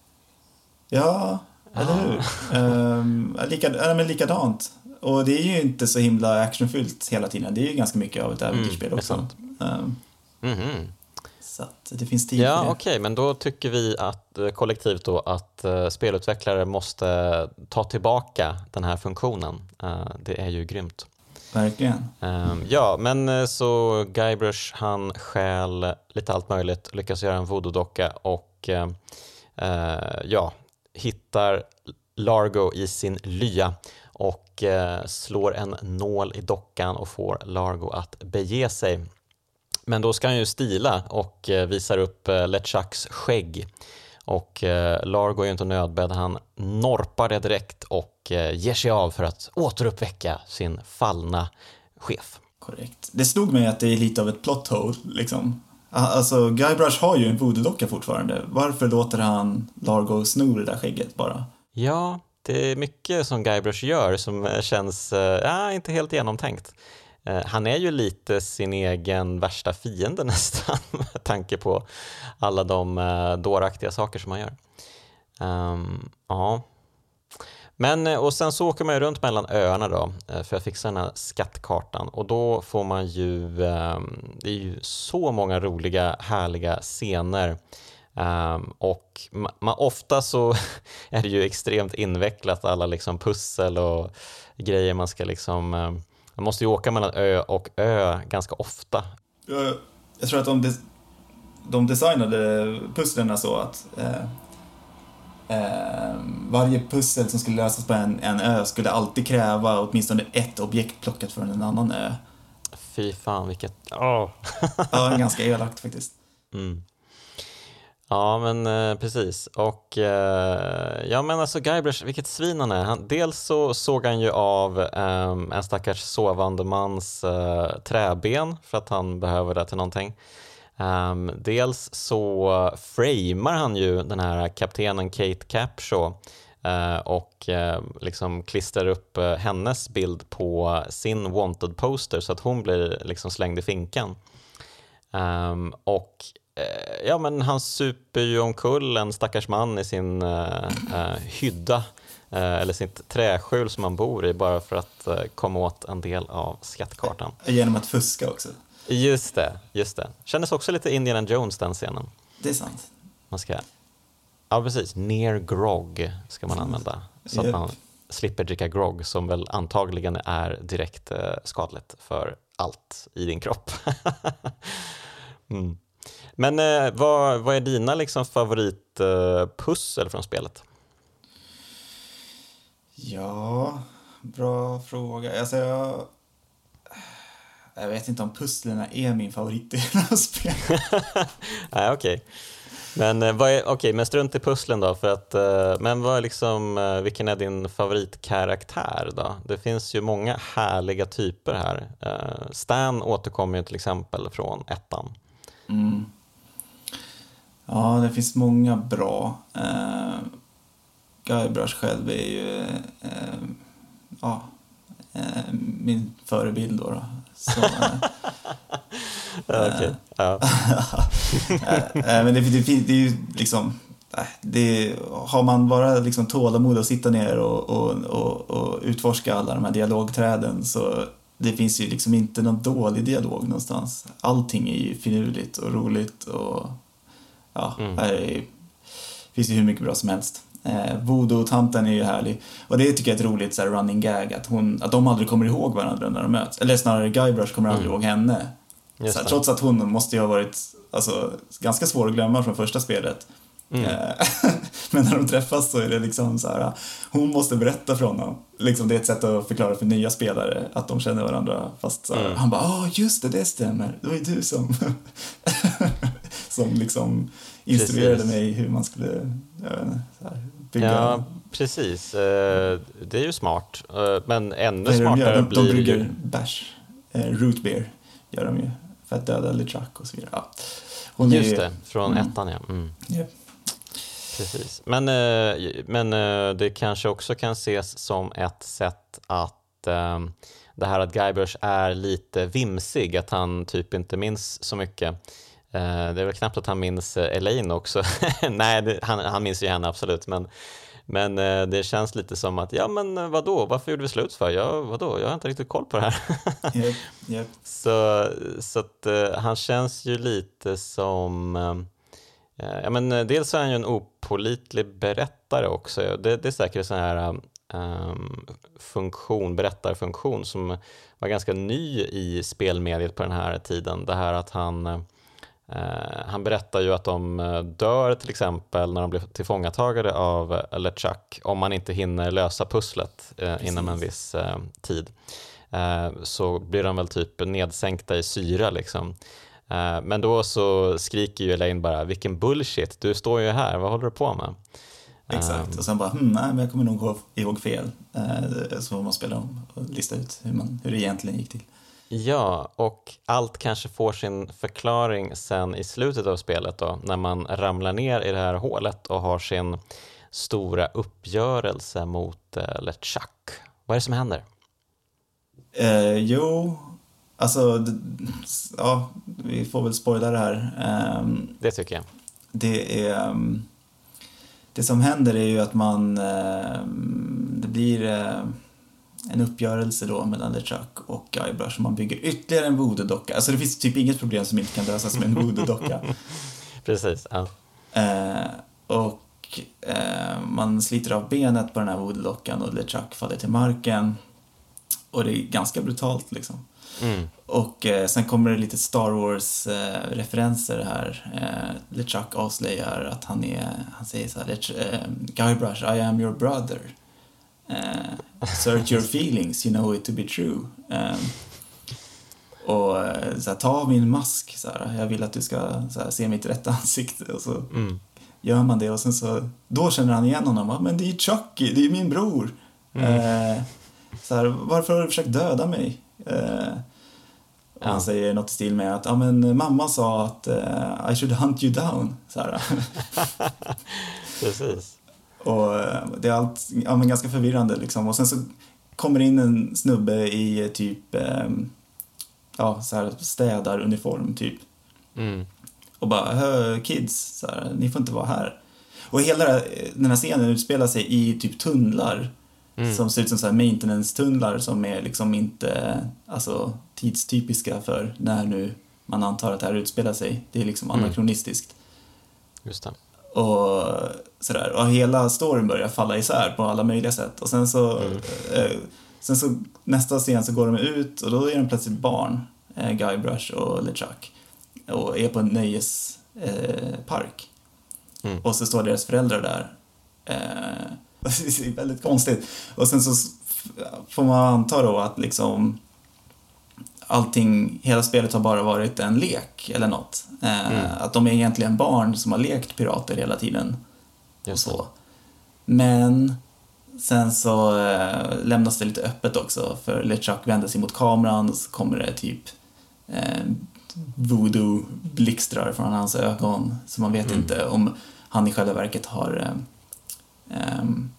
Ja, ah. eller hur? um, lika, men likadant. Och det är ju inte så himla actionfyllt hela tiden. Det är ju ganska mycket av ett äventyrsspel mm, också. Um, mm-hmm. Så att det finns tid ja, för det. okej, okay, men då tycker vi att kollektivt då att uh, spelutvecklare måste ta tillbaka den här funktionen. Uh, det är ju grymt. Verkligen. Um, ja, men uh, så Guybrush, han stjäl lite allt möjligt, lyckas göra en voodoo-docka och uh, uh, ja, hittar Largo i sin lya och uh, slår en nål i dockan och får Largo att bege sig. Men då ska han ju stila och eh, visar upp eh, LeChucks skägg. Och eh, Largo är ju inte nödbedd, han norpar det direkt och eh, ger sig av för att återuppväcka sin fallna chef. Korrekt. Det stod mig att det är lite av ett plot hole, liksom. Alltså, Guybrush har ju en voodoo-docka fortfarande. Varför låter han Largo sno det där skägget bara? Ja, det är mycket som Guybrush gör som känns eh, inte helt genomtänkt. Han är ju lite sin egen värsta fiende nästan med tanke på alla de uh, dåraktiga saker som han gör. Um, ja. Men, och sen så åker man ju runt mellan öarna då för att fixa den här skattkartan. Och då får man ju, um, det är ju så många roliga, härliga scener. Um, och ma- ma- ofta så är det ju extremt invecklat, alla liksom pussel och grejer man ska liksom... Um, Man måste ju åka mellan ö och ö ganska ofta. Jag, jag tror att de, des, de designade pusslerna så att eh, eh, varje pussel som skulle lösas på en, en ö skulle alltid kräva åtminstone ett objekt plockat från en annan ö. fy fan vilket... Oh. Ja, ganska elakt faktiskt. Mm. Ja, men eh, precis. Och eh, ja, men alltså Guybrush, vilket svin han är. Han, dels så såg han ju av eh, en stackars sovande mans eh, träben för att han behöver det till någonting. Um, dels så framar han ju den här kaptenen Kate Capshaw uh, och uh, liksom klistrar upp uh, hennes bild på sin wanted poster så att hon blir liksom slängd i finkan. Um, och uh, ja, men han super ju omkull en stackars man i sin uh, uh, hydda uh, eller sitt träskjul som han bor i bara för att uh, komma åt en del av skattkartan. Genom att fuska också. Just det, just det. Kändes också lite Indiana Jones den scenen. Det är sant. Man ska, ja precis, near grog ska man använda. Så Yep. att man slipper dricka grog som väl antagligen är direkt eh, skadligt för allt i din kropp. mm. Men eh, vad, vad är dina liksom favoritpussel eh, från spelet? Ja, bra fråga. Alltså jag... Jag vet inte om pusslerna är min favoritdel av spelet. Nej, okej. Okay. Men eh, vad är, okej, okay, men strunt i pusslen då för att eh, men vad är liksom eh, vilken är din favoritkaraktär då? Det finns ju många härliga typer här. Eh, Stan återkommer ju till exempel från ettan. Mm. Ja, det finns många bra. Uh, Guybrush själv är ju uh, ja, uh, min förebild då. då. Så, uh, ja, okay. ja. Men det, det, det är ju liksom det, har man bara liksom tålamod att sitta ner och, och, och, och utforska alla de här dialogträden så det finns ju liksom inte någon dålig dialog någonstans. Allting är ju finurligt och roligt och ja, mm. här är, finns ju hur mycket bra som helst. Eh, Voodoo-tanten är ju härlig. Och det tycker jag är ett roligt så här, running gag att, hon, att de aldrig kommer ihåg varandra när de möts. Eller snarare Guybrush kommer aldrig mm. ihåg henne. Så här, trots att hon måste ju ha varit alltså, ganska svår att glömma från första spelet. Mm. Eh, men när de träffas så är det liksom så här, hon måste berätta för honom. Liksom, det är ett sätt att förklara för nya spelare att de känner varandra. Fast så här, mm. han bara, åh just det, det stämmer. Det var ju du som, som liksom instruerade precis. mig hur man skulle jag vet inte, så här, bygga. Ja, precis. Det är ju smart. Men ännu Nej, smartare de, de, blir de brygger ju... bärs. Root beer gör de ju. För att döda LeChuck och så vidare. Ja. Hon just är, det, från mm. ettan ja. Mm. Yeah. Precis. Men, men det kanske också kan ses som ett sätt att det här att Guybrush är lite vimsig, att han typ inte minns så mycket. Det är väl knappt att han minns Elaine också. Nej, det, han, han minns ju henne absolut, men, men det känns lite som att, ja men vadå, varför gjorde vi slut för? Ja, vadå, jag har inte riktigt koll på det här. yep, yep. Så, så att han känns ju lite som, ja men dels är han ju en opålitlig berättare också. Det, det är säkert en sån här um, funktion, berättarfunktion som var ganska ny i spelmediet på den här tiden. Det här att han Uh, han berättar ju att de dör till exempel när de blir tillfångatagade av LeChuck om man inte hinner lösa pusslet uh, inom en viss uh, tid. Uh, så blir de väl typ nedsänkta i syra liksom. Uh, men då så skriker ju Elaine bara, vilken bullshit, du står ju här, vad håller du på med? Exakt, um, och sen bara, hm, nej men jag kommer nog ihåg fel. Uh, så får man spela om och lista ut hur, man, hur det egentligen gick till. Ja, och allt kanske får sin förklaring sen i slutet av spelet då, när man ramlar ner i det här hålet och har sin stora uppgörelse mot uh, LeChuck. Vad är det som händer? Uh, jo, alltså, d- ja, vi får väl spoila det här. Um, det tycker jag. Det är... Um, det som händer är ju att man... Uh, det blir... Uh, en uppgörelse då mellan LeChuck och Guybrush. Man bygger ytterligare en voodoo-docka. Alltså det finns typ inget problem som inte kan lösas med en voodoo-docka. Precis, ja. Eh, och eh, man sliter av benet på den här voodoo-dockan och LeChuck faller till marken. Och det är ganska brutalt liksom. Mm. Och eh, sen kommer det lite Star Wars-referenser eh, här. Eh, LeChuck avslöjar att han är, han säger så här, eh, Guybrush, I am your brother. Uh, search your feelings, you know it to be true. Um, Och eh, så här, ta av min mask, så här, jag vill att du ska så här, se mitt rätta ansikte. Och så Mm. gör man det och sen så, då känner han igen honom. Men det är ju Chucky, det är min bror. Mm. Eh, så här, varför har du försökt döda mig? Eh, och Ja. han säger något i stil med att, ja men mamma sa att uh, I should hunt you down. Så här. Precis. Och uh, det är allt, ja men ganska förvirrande liksom. Och sen så kommer in en snubbe i typ, um, ja så här städaruniform typ. Mm. Och bara, kids, så här, ni får inte vara här. Och hela den här scenen utspelar sig i typ tunnlar. Mm. Som ser ut som så här maintenance-tunnlar som är liksom inte alltså, tidstypiska för när nu man antar att det här utspelar sig. Det är liksom mm. anakronistiskt. Just det. Och sådär. Och hela storyn börjar falla isär på alla möjliga sätt. Och sen så, mm. eh, sen så nästa scen så går de ut och då är de plötsligt barn, eh, Guybrush och LeChuck. Och är på en nöjespark. Eh, mm. Och så står deras föräldrar där. Eh, det är väldigt konstigt. Och sen så får man anta då att liksom allting, hela spelet har bara varit en lek eller något. Eh, mm. Att de är egentligen barn som har lekt pirater hela tiden. Och så. Men sen så eh, lämnas det lite öppet också. För LeChuck vänder sig mot kameran och så kommer det typ eh, voodoo-blixtrar från hans ögon. Så man vet mm. inte om han i själva verket har... Eh, Um,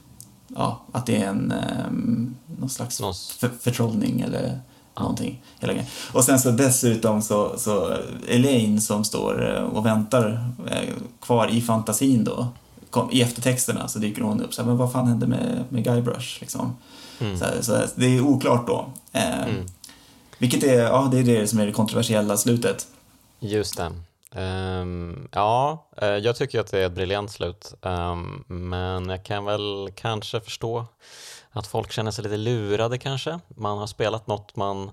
ja, att det är en um, någon slags för, förtrollning eller ja. någonting hela gången. Och sen så dessutom så, så Elaine som står och väntar eh, kvar i fantasin då, kom, i eftertexterna så dyker hon upp så här, men vad fan hände med, med Guybrush liksom. Mm. Så, här, så det är oklart då. Eh, mm. Vilket är, ja, det är det som är det kontroversiella slutet. Just det. Um, ja, uh, jag tycker att det är ett briljant slut, um, men jag kan väl kanske förstå att folk känner sig lite lurade kanske. Man har spelat något, man,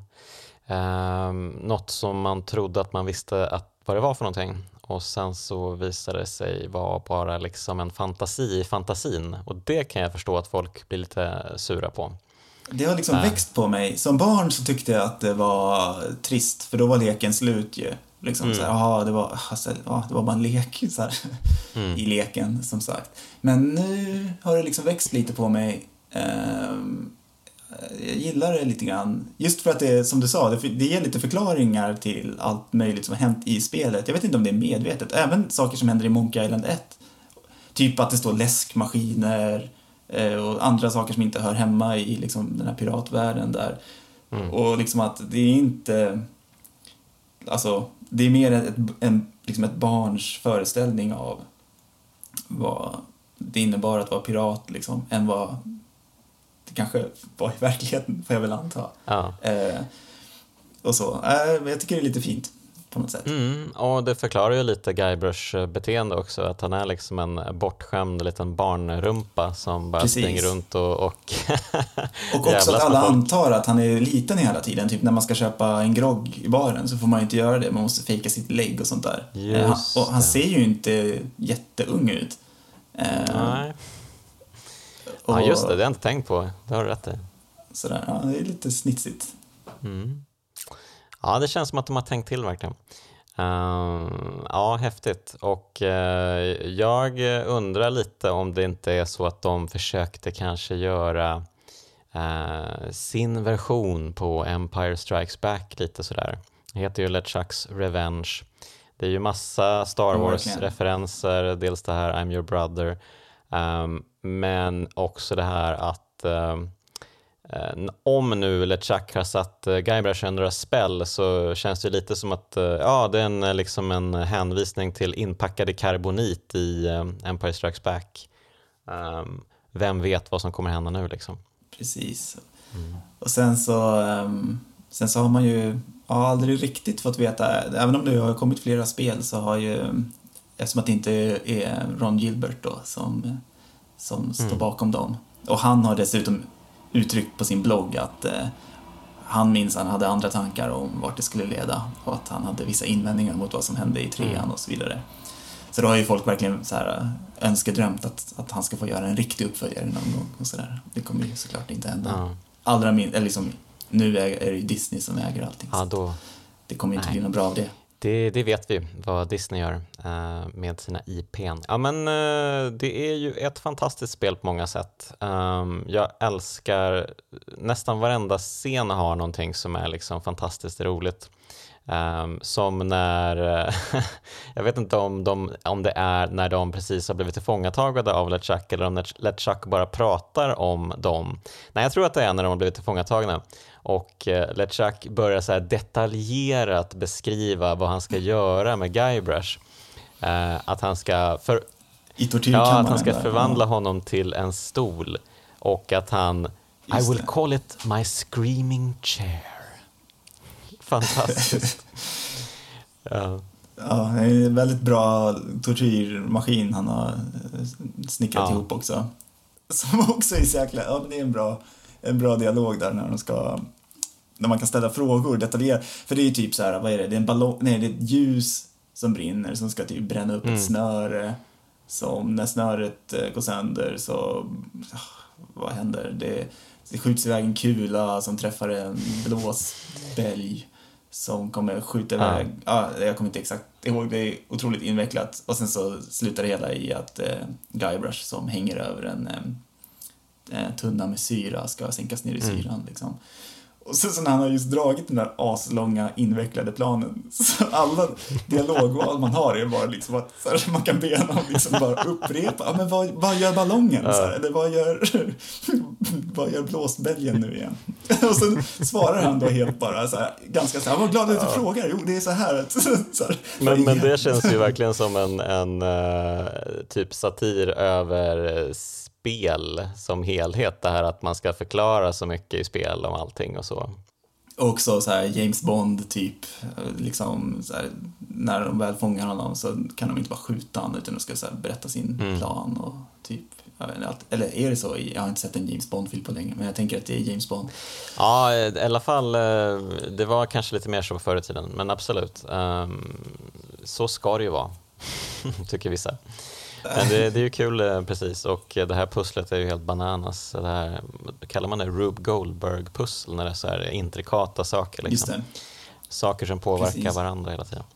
um, något som man trodde att man visste att vad det var för någonting och sen så visade det sig vara bara liksom en fantasi i fantasin och det kan jag förstå att folk blir lite sura på. Det har liksom uh. växt på mig. Som barn så tyckte jag att det var trist för då var leken slut ju. Liksom mm. så här, aha, det var alltså, ja, det var bara en lek så här, mm. i leken som sagt. Men nu har det liksom växt lite på mig. Ehm, jag gillar det lite grann. Just för att det, som du sa, det, det ger lite förklaringar till allt möjligt som har hänt i spelet. Jag vet inte om det är medvetet. Även saker som händer i Monkey Island ett. Typ att det står läskmaskiner eh, och andra saker som inte hör hemma i liksom, den här piratvärlden där. Mm. Och liksom att det är inte... Alltså, det är mer ett, en, liksom ett barns föreställning av vad det innebar att vara pirat liksom, än vad det kanske var i verkligheten, får jag väl anta. Ja. Eh, och så. Eh, jag tycker det är lite fint på något sätt. Mm, och det förklarar ju lite Guybrush beteende också, att han är liksom en bortskämd liten barnrumpa som bara Precis. springer runt och... Och, och också att alla antar att han är liten hela tiden. Typ när man ska köpa en grogg i baren så får man inte göra det. Man måste fejka sitt lägg och sånt där. Eh, han, och han ser ju inte jätteung ut. Eh, Nej. Och, ja, just det. Det har jag inte tänkt på. Det har du rätt i. Sådär, ja, det är lite snitsigt. Mm. Ja, det känns som att de har tänkt till verkligen. Uh, ja, häftigt. Och uh, jag undrar lite om det inte är så att de försökte kanske göra uh, sin version på Empire Strikes Back lite sådär. Det heter ju LeChucks Revenge. Det är ju massa Star Wars-referenser, dels det här I'm your brother, um, men också det här att uh, om nu LeChuck har satt Guybrush under några spel så känns det lite som att ja, det är en, liksom en hänvisning till inpackade karbonit i Empire Strikes Back. Um, vem vet vad som kommer hända nu liksom. Precis. Mm. Och sen så um, sen så har man ju ja, aldrig riktigt fått veta, även om det har kommit flera spel så har ju, eftersom att det inte är Ron Gilbert då som, som står mm. bakom dem. Och han har dessutom uttryckt på sin blogg att eh, han minns han hade andra tankar om vart det skulle leda och att han hade vissa invändningar mot vad som hände i trean mm. och så vidare. Så då har ju folk verkligen så här önskedrömt att, att han ska få göra en riktig uppföljare någon gång och så där. Det kommer ju såklart inte hända. Mm. Allra min, eller liksom nu är, är det ju Disney som äger allting. Ja, då... Det kommer inte Nej. bli något bra av det. Det, det vet vi vad Disney gör uh, med sina I P:n. Ja, men uh, det är ju ett fantastiskt spel på många sätt. Um, jag älskar nästan varenda scen har någonting som är liksom fantastiskt roligt. Um, som när, uh, jag vet inte om, de, om det är när de precis har blivit tillfångatagade av LeChuck eller om LeChuck bara pratar om dem. Nej, jag tror att det är när de har blivit tillfångatagna. Och uh, LeChuck börjar så här detaljerat beskriva vad han ska göra med Guybrush. Uh, att han ska, för, I ja, att han ska där. förvandla ja. honom till en stol. Och att han, Just I will det. call it my screaming chair. Fantastiskt. Ja. Ja, det är en väldigt bra tortyrmaskin han har snickrat Ja. ihop också. Som också är så jäkla, ja men det är en bra, en bra dialog där när de ska, när man kan ställa frågor detaljerat. För det är ju typ så här, vad är det? Det är en ballong, nej det är ett ljus som brinner som ska typ bränna upp Mm. ett snöre. Som när snöret eh, går sönder så, ah, vad händer? Det, det skjuts iväg en kula som träffar en blåsbälg som kommer skjuta iväg. Ja. Ja, jag kommer inte exakt ihåg, det är otroligt invecklat. Och sen så slutar det hela i att eh, Guybrush som hänger över en eh, tunna med syra ska sänkas ner i syran Mm. liksom. Och sen så när han har just dragit den där aslånga invecklade planen så alla dialogval man har är bara liksom att så här, man kan be honom liksom bara upprepa. Ja, men vad, vad gör ballongen? Så här, eller vad gör, vad gör blåsbälgen nu igen? Och sen svarar han då helt bara så här, ganska så här, vad glad att du frågar. Jo, det är så här. Att, så här Men, men det känns ju verkligen som en, en uh, typ satir över spel som helhet. Det här att man ska förklara så mycket i spel om allting och så. Också så här James Bond typ, liksom så här, när de väl fångar honom så kan de inte bara skjuta honom utan de ska så här, berätta sin Mm. plan och typ, jag vet inte, allt- eller är det så? Jag har inte sett en James Bond-film på länge men jag tänker att det är James Bond. Ja, i alla fall, eh, det var kanske lite mer så förr i tiden, men absolut. Um, så ska det ju vara, tycker vissa. Men det, det är ju kul, eh, precis, och det här pusslet är ju helt bananas. Det här, kallar man det Rube Goldberg-pussel när det är så här intrikata saker. Liksom. Just det. Saker som påverkar Precis. varandra hela tiden.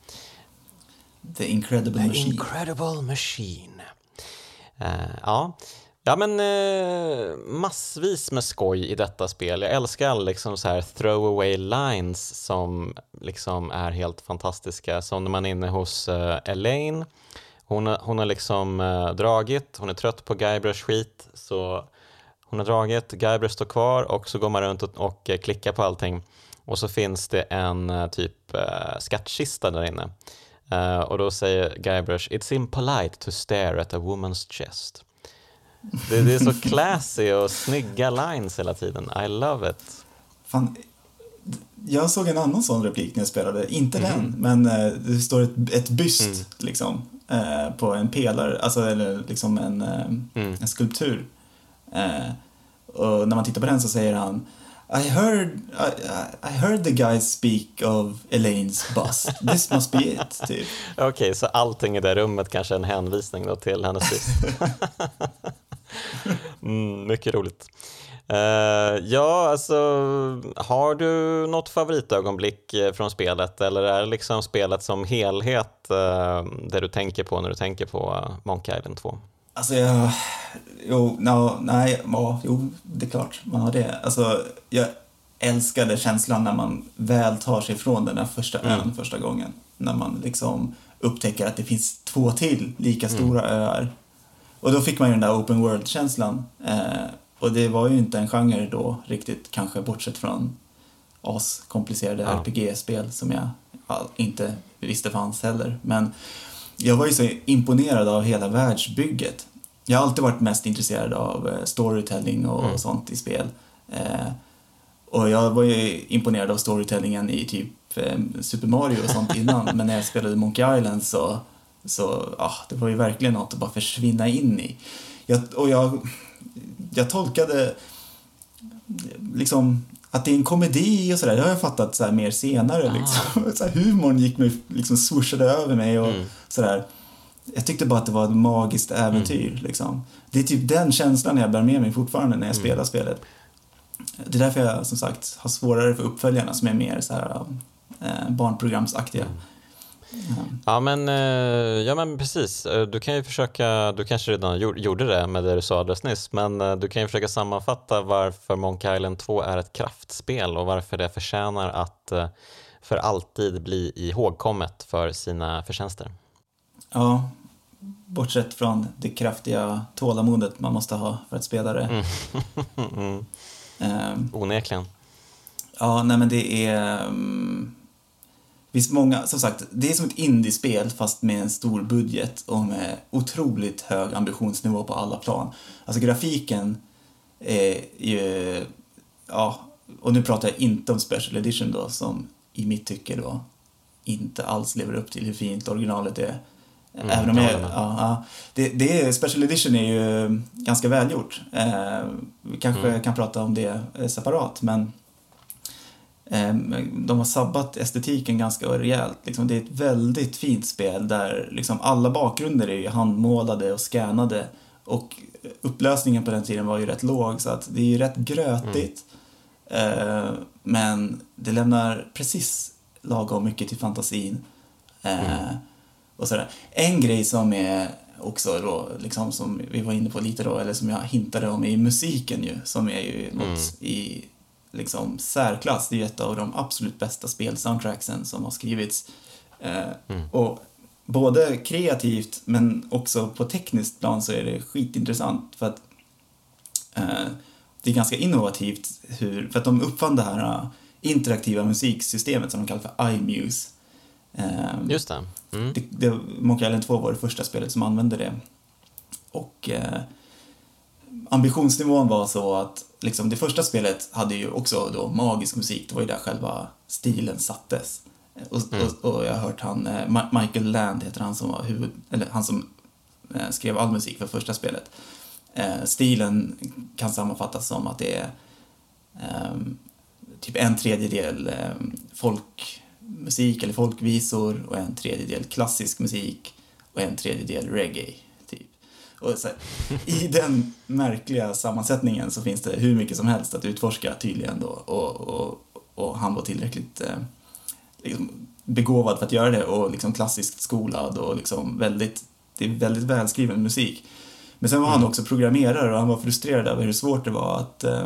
The Incredible The Machine. Incredible Machine. Uh, ja. Ja, men uh, massvis med skoj i detta spel. Jag älskar alla liksom så här throwaway lines som liksom är helt fantastiska. Som när man är inne hos uh, Elaine. Hon har, hon har liksom uh, dragit, hon är trött på Guybrush skit, så hon har dragit, Guybrush står kvar och så går man runt och, och uh, klickar på allting. Och så finns det en uh, typ uh, skattkista där inne. Uh, och då säger Guybrush, it's impolite to stare at a woman's chest. Det, det är så classy och snygga lines hela tiden. I love it. Fan, jag såg en annan sån replik när jag spelade, inte Mhm. den, men eh, det står ett, ett byst Mm. liksom eh, på en pelare, alltså eller liksom en, eh, Mm. en skulptur. Eh, och när man tittar på den så säger han I heard, I, I heard the guys speak of Elaine's bust. This must be it, typ. Okej, okay, så allting i det rummet kanske är en hänvisning då till hennes byst. mm, mycket roligt. Uh, ja, alltså, har du något favoritögonblick från spelet eller är det liksom spelet som helhet uh, det du tänker på när du tänker på uh, Monkey Island två? Alltså jag, jo, no, nej, ja, jo, det är klart man har det. Alltså jag älskade känslan när man väl tar sig från den där första ön Mm. första gången. När man liksom upptäcker att det finns två till lika stora Mm. öar. Och då fick man ju den där open world-känslan. Eh, och det var ju inte en genre då riktigt, kanske bortsett från askomplicerade Ja. R P G-spel som jag ja, inte visste fanns heller. Men jag var ju så imponerad av hela världsbygget. Jag har alltid varit mest intresserad av eh, storytelling och Mm. sånt i spel. Eh, och jag var ju imponerad av storytellingen i typ eh, Super Mario och sånt innan. Men när jag spelade Monkey Island så, så ah, det var ju verkligen något att bara försvinna in i. Jag, och jag, jag tolkade liksom att det är en komedi och sådär, det har jag fattat så här mer senare. Ah. Liksom. Så här, humorn gick mig, liksom swooshade över mig och Mm. sådär. Jag tyckte bara att det var ett magiskt äventyr. Liksom. Det är typ den känslan jag bär med mig fortfarande när jag Mm. spelar spelet. det är därför jag som sagt har svårare för uppföljarna som är mer så här eh, barnprogramsaktiga. Mm. Ja men, ja men precis, du kan ju försöka, du kanske redan gjorde det med det du sa alldeles nyss, men du kan ju försöka sammanfatta varför Monkey Island två är ett kraftspel och varför det förtjänar att för alltid bli ihågkommet för sina förtjänster. Ja, bortsett från det kraftiga tålamodet man måste ha för att spela det. Mm. mm. um, Onekligen. Ja, nej men det är... Um, visst många, som sagt, det är som ett indiespel fast med en stor budget och med otroligt hög ambitionsnivå på alla plan. Alltså grafiken är ju, ja, och nu pratar jag inte om Special Edition då, som i mitt tycke då inte alls lever upp till hur fint originalet är. Mm, Även om jag, ja, ja, det, det är, Special Edition är ju ganska välgjort. Eh, vi kanske mm. kan prata om det separat, men de har sabbat estetiken ganska rejält. Liksom, det är ett väldigt fint spel där liksom alla bakgrunder är handmålade och scannade och upplösningen på den tiden var ju rätt låg så att det är ju rätt grötigt. Mm. Men det lämnar precis lagom mycket till fantasin. Mm. Och sådär. En grej som är också då, liksom, som vi var inne på lite då, eller som jag hintade om, är musiken ju, som är ju något mm. i liksom särklass. Det är ett av de absolut bästa spelsoundtracksen som har skrivits. Eh, mm. Och både kreativt men också på tekniskt plan så är det skitintressant för att eh, det är ganska innovativt hur, för att de uppfann det här uh, interaktiva musiksystemet som de kallar för iMuse. Eh, Just det. Mm. det, det. Monkey Island två var det första spelet som använde det. Och eh, ambitionsnivån var så att liksom, det första spelet hade ju också då magisk musik. Det var ju där själva stilen sattes. Och, mm. och, och jag har hört han, eh, Michael Land heter han som var huvud, eller han som eh, skrev all musik för första spelet. Eh, stilen kan sammanfattas som att det är eh, typ en tredjedel eh, folkmusik eller folkvisor och en tredjedel klassisk musik och en tredjedel reggae. Och så här, i den märkliga sammansättningen så finns det hur mycket som helst att utforska tydligen då. Och, och, och han var tillräckligt eh, liksom, begåvad för att göra det och liksom klassiskt skolad och liksom väldigt, det är väldigt välskriven musik. Men sen var mm. han också programmerare och han var frustrerad över hur svårt det var att eh,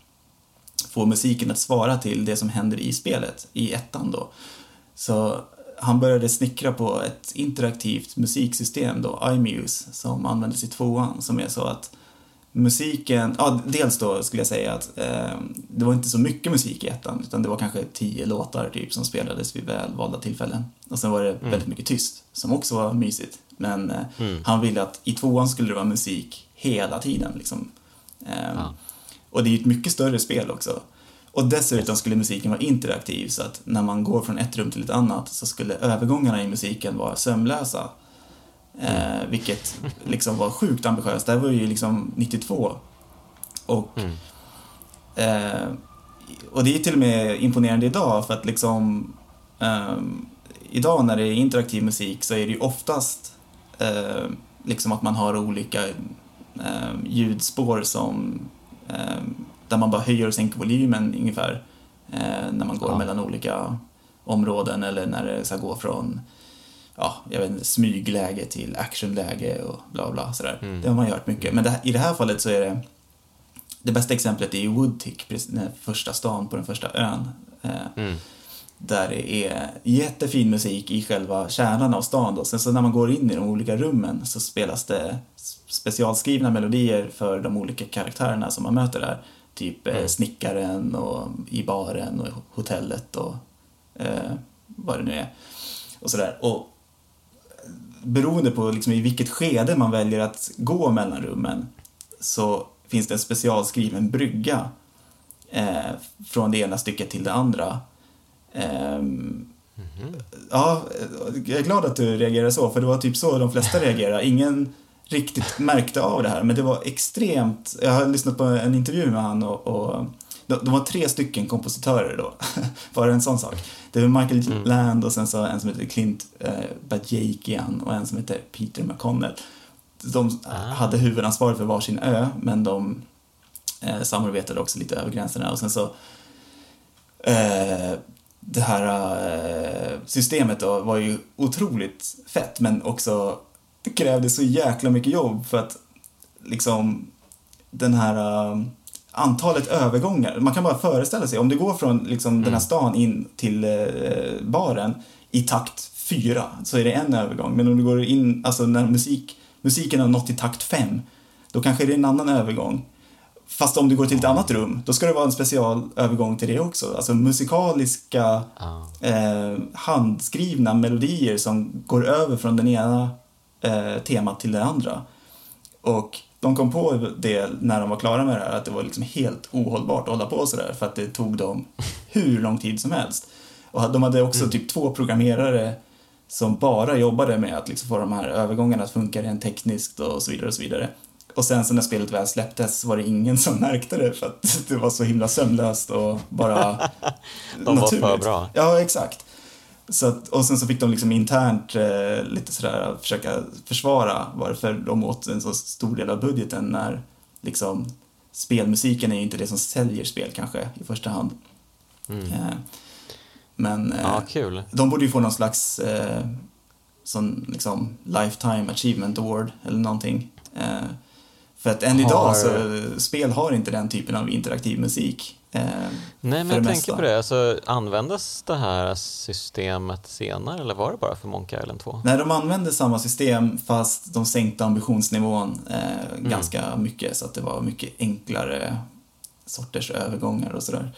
få musiken att svara till det som händer i spelet, i ettan då. Så han började snickra på ett interaktivt musiksystem då, iMuse, som användes i tvåan, som är så att musiken, ja, dels då skulle jag säga att eh, det var inte så mycket musik i ettan, utan det var kanske tio låtar typ som spelades vid välvalda tillfällen. Och sen var det mm. väldigt mycket tyst, som också var mysigt. Men eh, mm. han ville att i tvåan skulle det vara musik hela tiden liksom. Eh, ja. Och det är ju ett mycket större spel också. Och dessutom skulle musiken vara interaktiv så att när man går från ett rum till ett annat så skulle övergångarna i musiken vara sömlösa. Eh, vilket liksom var sjukt ambitiöst. Det här var ju liksom nittiotvå. Och, mm. eh, och det är till och med imponerande idag för att liksom eh, idag när det är interaktiv musik så är det ju oftast eh, liksom att man har olika eh, ljudspår som eh, där man bara höjer och sänker volymen ungefär eh, när man går ja. mellan olika områden eller när det så här, går från ja, jag vet inte, smygläge till actionläge och bla bla sådär. Mm. Det har man hört mycket. Men det, i det här fallet så är det det bästa exemplet är ju Woodtick, den första stan på den första ön. Eh, mm. Där det är jättefin musik i själva kärnan av stan då. Sen så när man går in i de olika rummen så spelas det specialskrivna melodier för de olika karaktärerna som man möter där. Typ mm. snickaren och i baren och hotellet och eh, vad det nu är. Och sådär. Och beroende på liksom i vilket skede man väljer att gå mellan rummen så finns det en specialskriven brygga eh, från det ena stycket till det andra. Eh, mm-hmm. Ja, jag är glad att du reagerar så, för det var typ så de flesta reagerar. Ingen riktigt märkte av det här, men det var extremt. Jag har lyssnat på en intervju med han och, och de, de var tre stycken kompositörer då. Bara en sån sak. Det var Michael mm. Land och sen så en som heter Clint eh, Bajakian och en som heter Peter McConnell. De ah. hade huvudansvar för varsin ö, men de eh, samarbetade också lite över gränserna och sen så eh, det här eh, systemet då var ju otroligt fett men också det krävde så jäkla mycket jobb för att liksom den här uh, antalet övergångar, man kan bara föreställa sig om du går från liksom, mm. den här stan in till uh, baren i takt fyra så är det en övergång, men om du går in, alltså när musik, musiken har nått i takt fem då kanske det är en annan övergång. Fast om du går till ett annat rum, då ska det vara en specialövergång till det också. Alltså musikaliska eh, handskrivna melodier som går över från den ena eh, temat till det andra. Och de kom på det när de var klara med det här, att det var liksom helt ohållbart att hålla på sådär, för att det tog dem hur lång tid som helst. Och de hade också mm. typ två programmerare som bara jobbade med att liksom få de här övergångarna att funka rent tekniskt och så vidare och så vidare. Och sen så när spelet väl släpptes var det ingen som märkte det för att det var så himla sömlöst och bara de naturligt. var för bra. Ja, exakt. Så att, och sen så fick de liksom internt eh, lite sådär försöka försvara varför de åt en så stor del av budgeten när liksom spelmusiken är ju inte det som säljer spel kanske i första hand. Mm. Eh, men eh, ja, kul. De borde ju få någon slags eh, sån liksom lifetime achievement award eller någonting. Eh, för att än har... idag så spel har inte den typen av interaktiv musik. Eh, Nej, men jag tänker på det. Alltså, användes det här systemet senare eller var det bara för Monkey Island två? Nej, de använde samma system fast de sänkte ambitionsnivån eh, mm. ganska mycket så att det var mycket enklare sorters övergångar och sådär.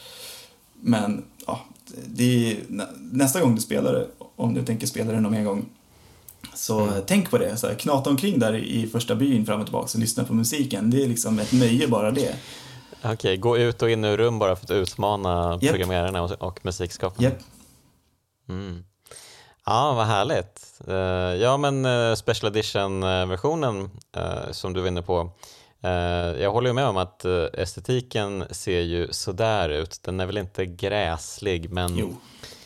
Men ja, det är, nästa gång du spelar det, om du tänker spela det någon mer gång, så mm. tänk på det, så här, knata omkring där i första byn fram och tillbaka och lyssna på musiken. Det är liksom ett nöje bara det. Okej, okay, gå ut och in ur rum bara för att utmana yep. programmerarna och, och musikskaparna. Yep. Mm. Ja, vad härligt. Uh, ja, men uh, Special Edition-versionen uh, som du var inne på, uh, jag håller ju med om att uh, estetiken ser ju sådär ut. Den är väl inte gräslig, men... Jo.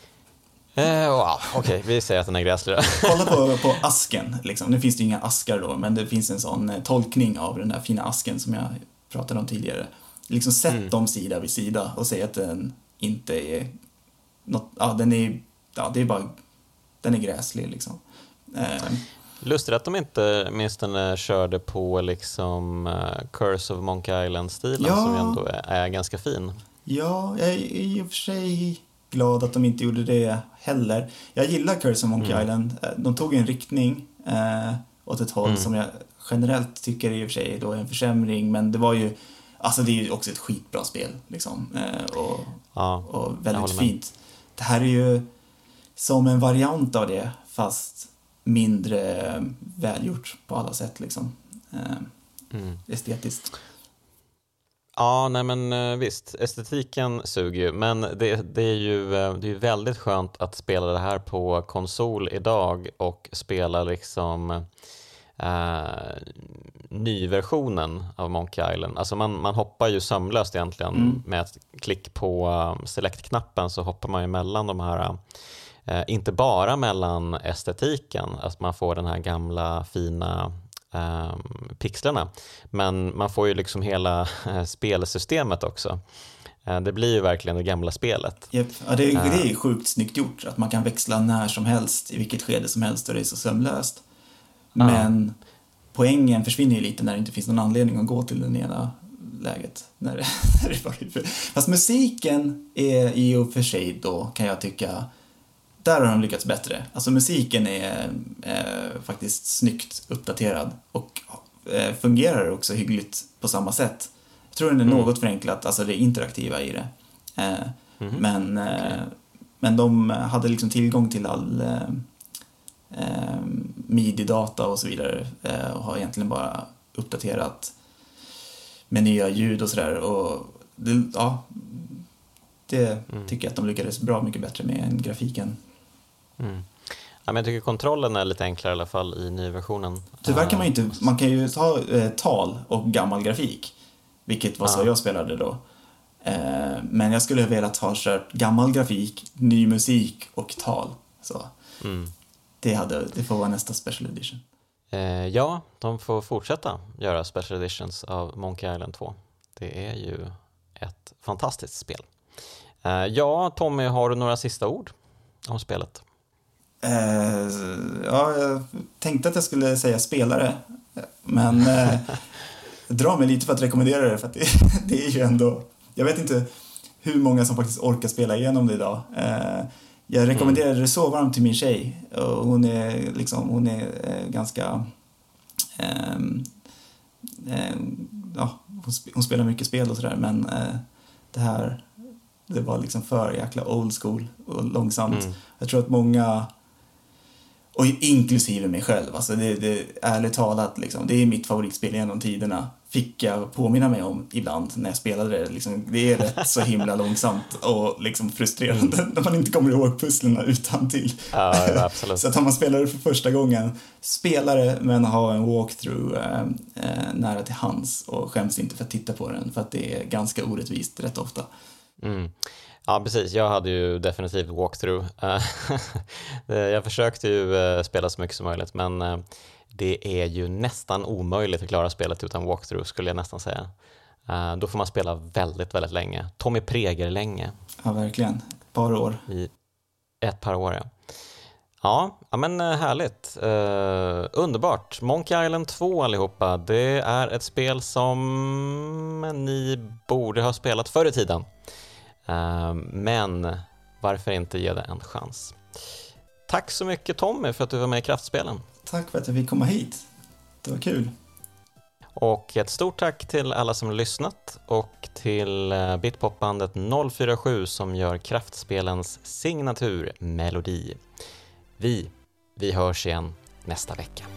Eh, wow, okej, okay, vi säger att den är gräslig. Kolla på, på asken, liksom. Nu finns det ju inga askar då, men det finns en sån eh, tolkning av den där fina asken som jag pratade om tidigare. Liksom sätt mm. dem sida vid sida och säg att den inte är något, ja, den är, ja, det är bara, den är gräslig liksom. Eh. Lustigt att de inte minst den körde på liksom uh, Curse of Monkey Island-stilen ja. Som ändå är, är ganska fin. Ja, jag är i och för sig glad att de inte gjorde det heller. Jag gillar Curse of Monkey mm. Island. De tog en riktning eh, åt ett håll mm. som jag generellt tycker i och för sig då är en försämring, men det var ju, alltså det är ju också ett skitbra spel liksom, eh, och, ja, och väldigt fint. Det här är ju som en variant av det, fast mindre välgjort på alla sätt liksom. Eh, mm. Estetiskt. Ja, nej men visst, estetiken suger ju, men det, det är ju det är väldigt skönt att spela det här på konsol idag och spela liksom eh, nyversionen av Monkey Island. Alltså man, man hoppar ju sömlöst egentligen mm. med ett klick på select-knappen, så hoppar man ju mellan de här, eh, inte bara mellan estetiken, att man får den här gamla fina Um, pixlarna, men man får ju liksom hela uh, spelsystemet också. Uh, det blir ju verkligen det gamla spelet. Yep. Ja, det, är, uh, det är sjukt snyggt gjort att man kan växla när som helst, i vilket skede som helst, och det är så sömlöst. Men uh. poängen försvinner ju lite när det inte finns någon anledning att gå till det ena läget. När det, när det bara... Fast musiken är i och för sig då, kan jag tycka, där har de lyckats bättre. Alltså musiken är eh, faktiskt snyggt uppdaterad och eh, fungerar också hyggligt på samma sätt. Jag tror den är mm. något förenklat, alltså det interaktiva i det. Eh, mm. Men, eh, okay. men de hade liksom tillgång till all eh, eh, midi-data och så vidare eh, och har egentligen bara uppdaterat med nya ljud och sådär. Och det, ja, det mm. tycker jag att de lyckades bra mycket bättre med än grafiken. Mm. Ja, men jag tycker kontrollen är lite enklare i alla fall i nyversionen. Tyvärr kan man inte, man kan ju ta eh, tal och gammal grafik, vilket var så jag spelade då. Eh, men jag skulle ha velat ha kört gammal grafik, ny musik och tal. Så mm. det, hade, det får vara nästa special edition. Eh, ja, de får fortsätta göra special editions av Monkey Island två. Det är ju ett fantastiskt spel. Ja, Tommy, har du några sista ord om spelet? Uh, ja, jag tänkte att jag skulle säga spelare, men uh, dra mig lite för att rekommendera det, för att det, det är ju ändå, jag vet inte hur många som faktiskt orkar spela igenom det idag. Uh, jag rekommenderar mm. det så varmt till min tjej, och hon är liksom, hon är uh, ganska um, um, ja, hon, sp- hon spelar mycket spel och sådär, men uh, det här, det var liksom för jäkla old school och långsamt. Mm. Jag tror att många, och inklusive mig själv, alltså det, det ärligt talat liksom, det är mitt favoritspel genom tiderna, fick jag påminna mig om ibland när jag spelade det. Liksom, det är rätt så himla långsamt och liksom frustrerande mm. när man inte kommer ihåg pusslerna utan till. Ja, absolut. Så att om man spelar det för första gången, spela det men ha en walkthrough eh, eh, nära till hands, och skäms inte för att titta på den, för att det är ganska orättvist rätt ofta. Mm. Ja, precis. Jag hade ju definitivt walkthrough. Jag försökte ju spela så mycket som möjligt, men det är ju nästan omöjligt att klara spelet utan walkthrough, skulle jag nästan säga. Då får man spela väldigt, väldigt länge. Tommy Preger länge. Ja, verkligen. Ett par år. I ett par år, ja. Ja, ja men härligt. Uh, underbart. Monkey Island två allihopa. Det är ett spel som ni borde ha spelat förr i tiden. Uh, men varför inte ge det en chans? Tack så mycket, Tommy, för att du var med i Kraftspelen. Tack för att jag fick komma hit. Det var kul. Och ett stort tack till alla som lyssnat, och till Bitpopbandet noll fyra sju som gör Kraftspelens signaturmelodi. Vi, vi hörs igen nästa vecka.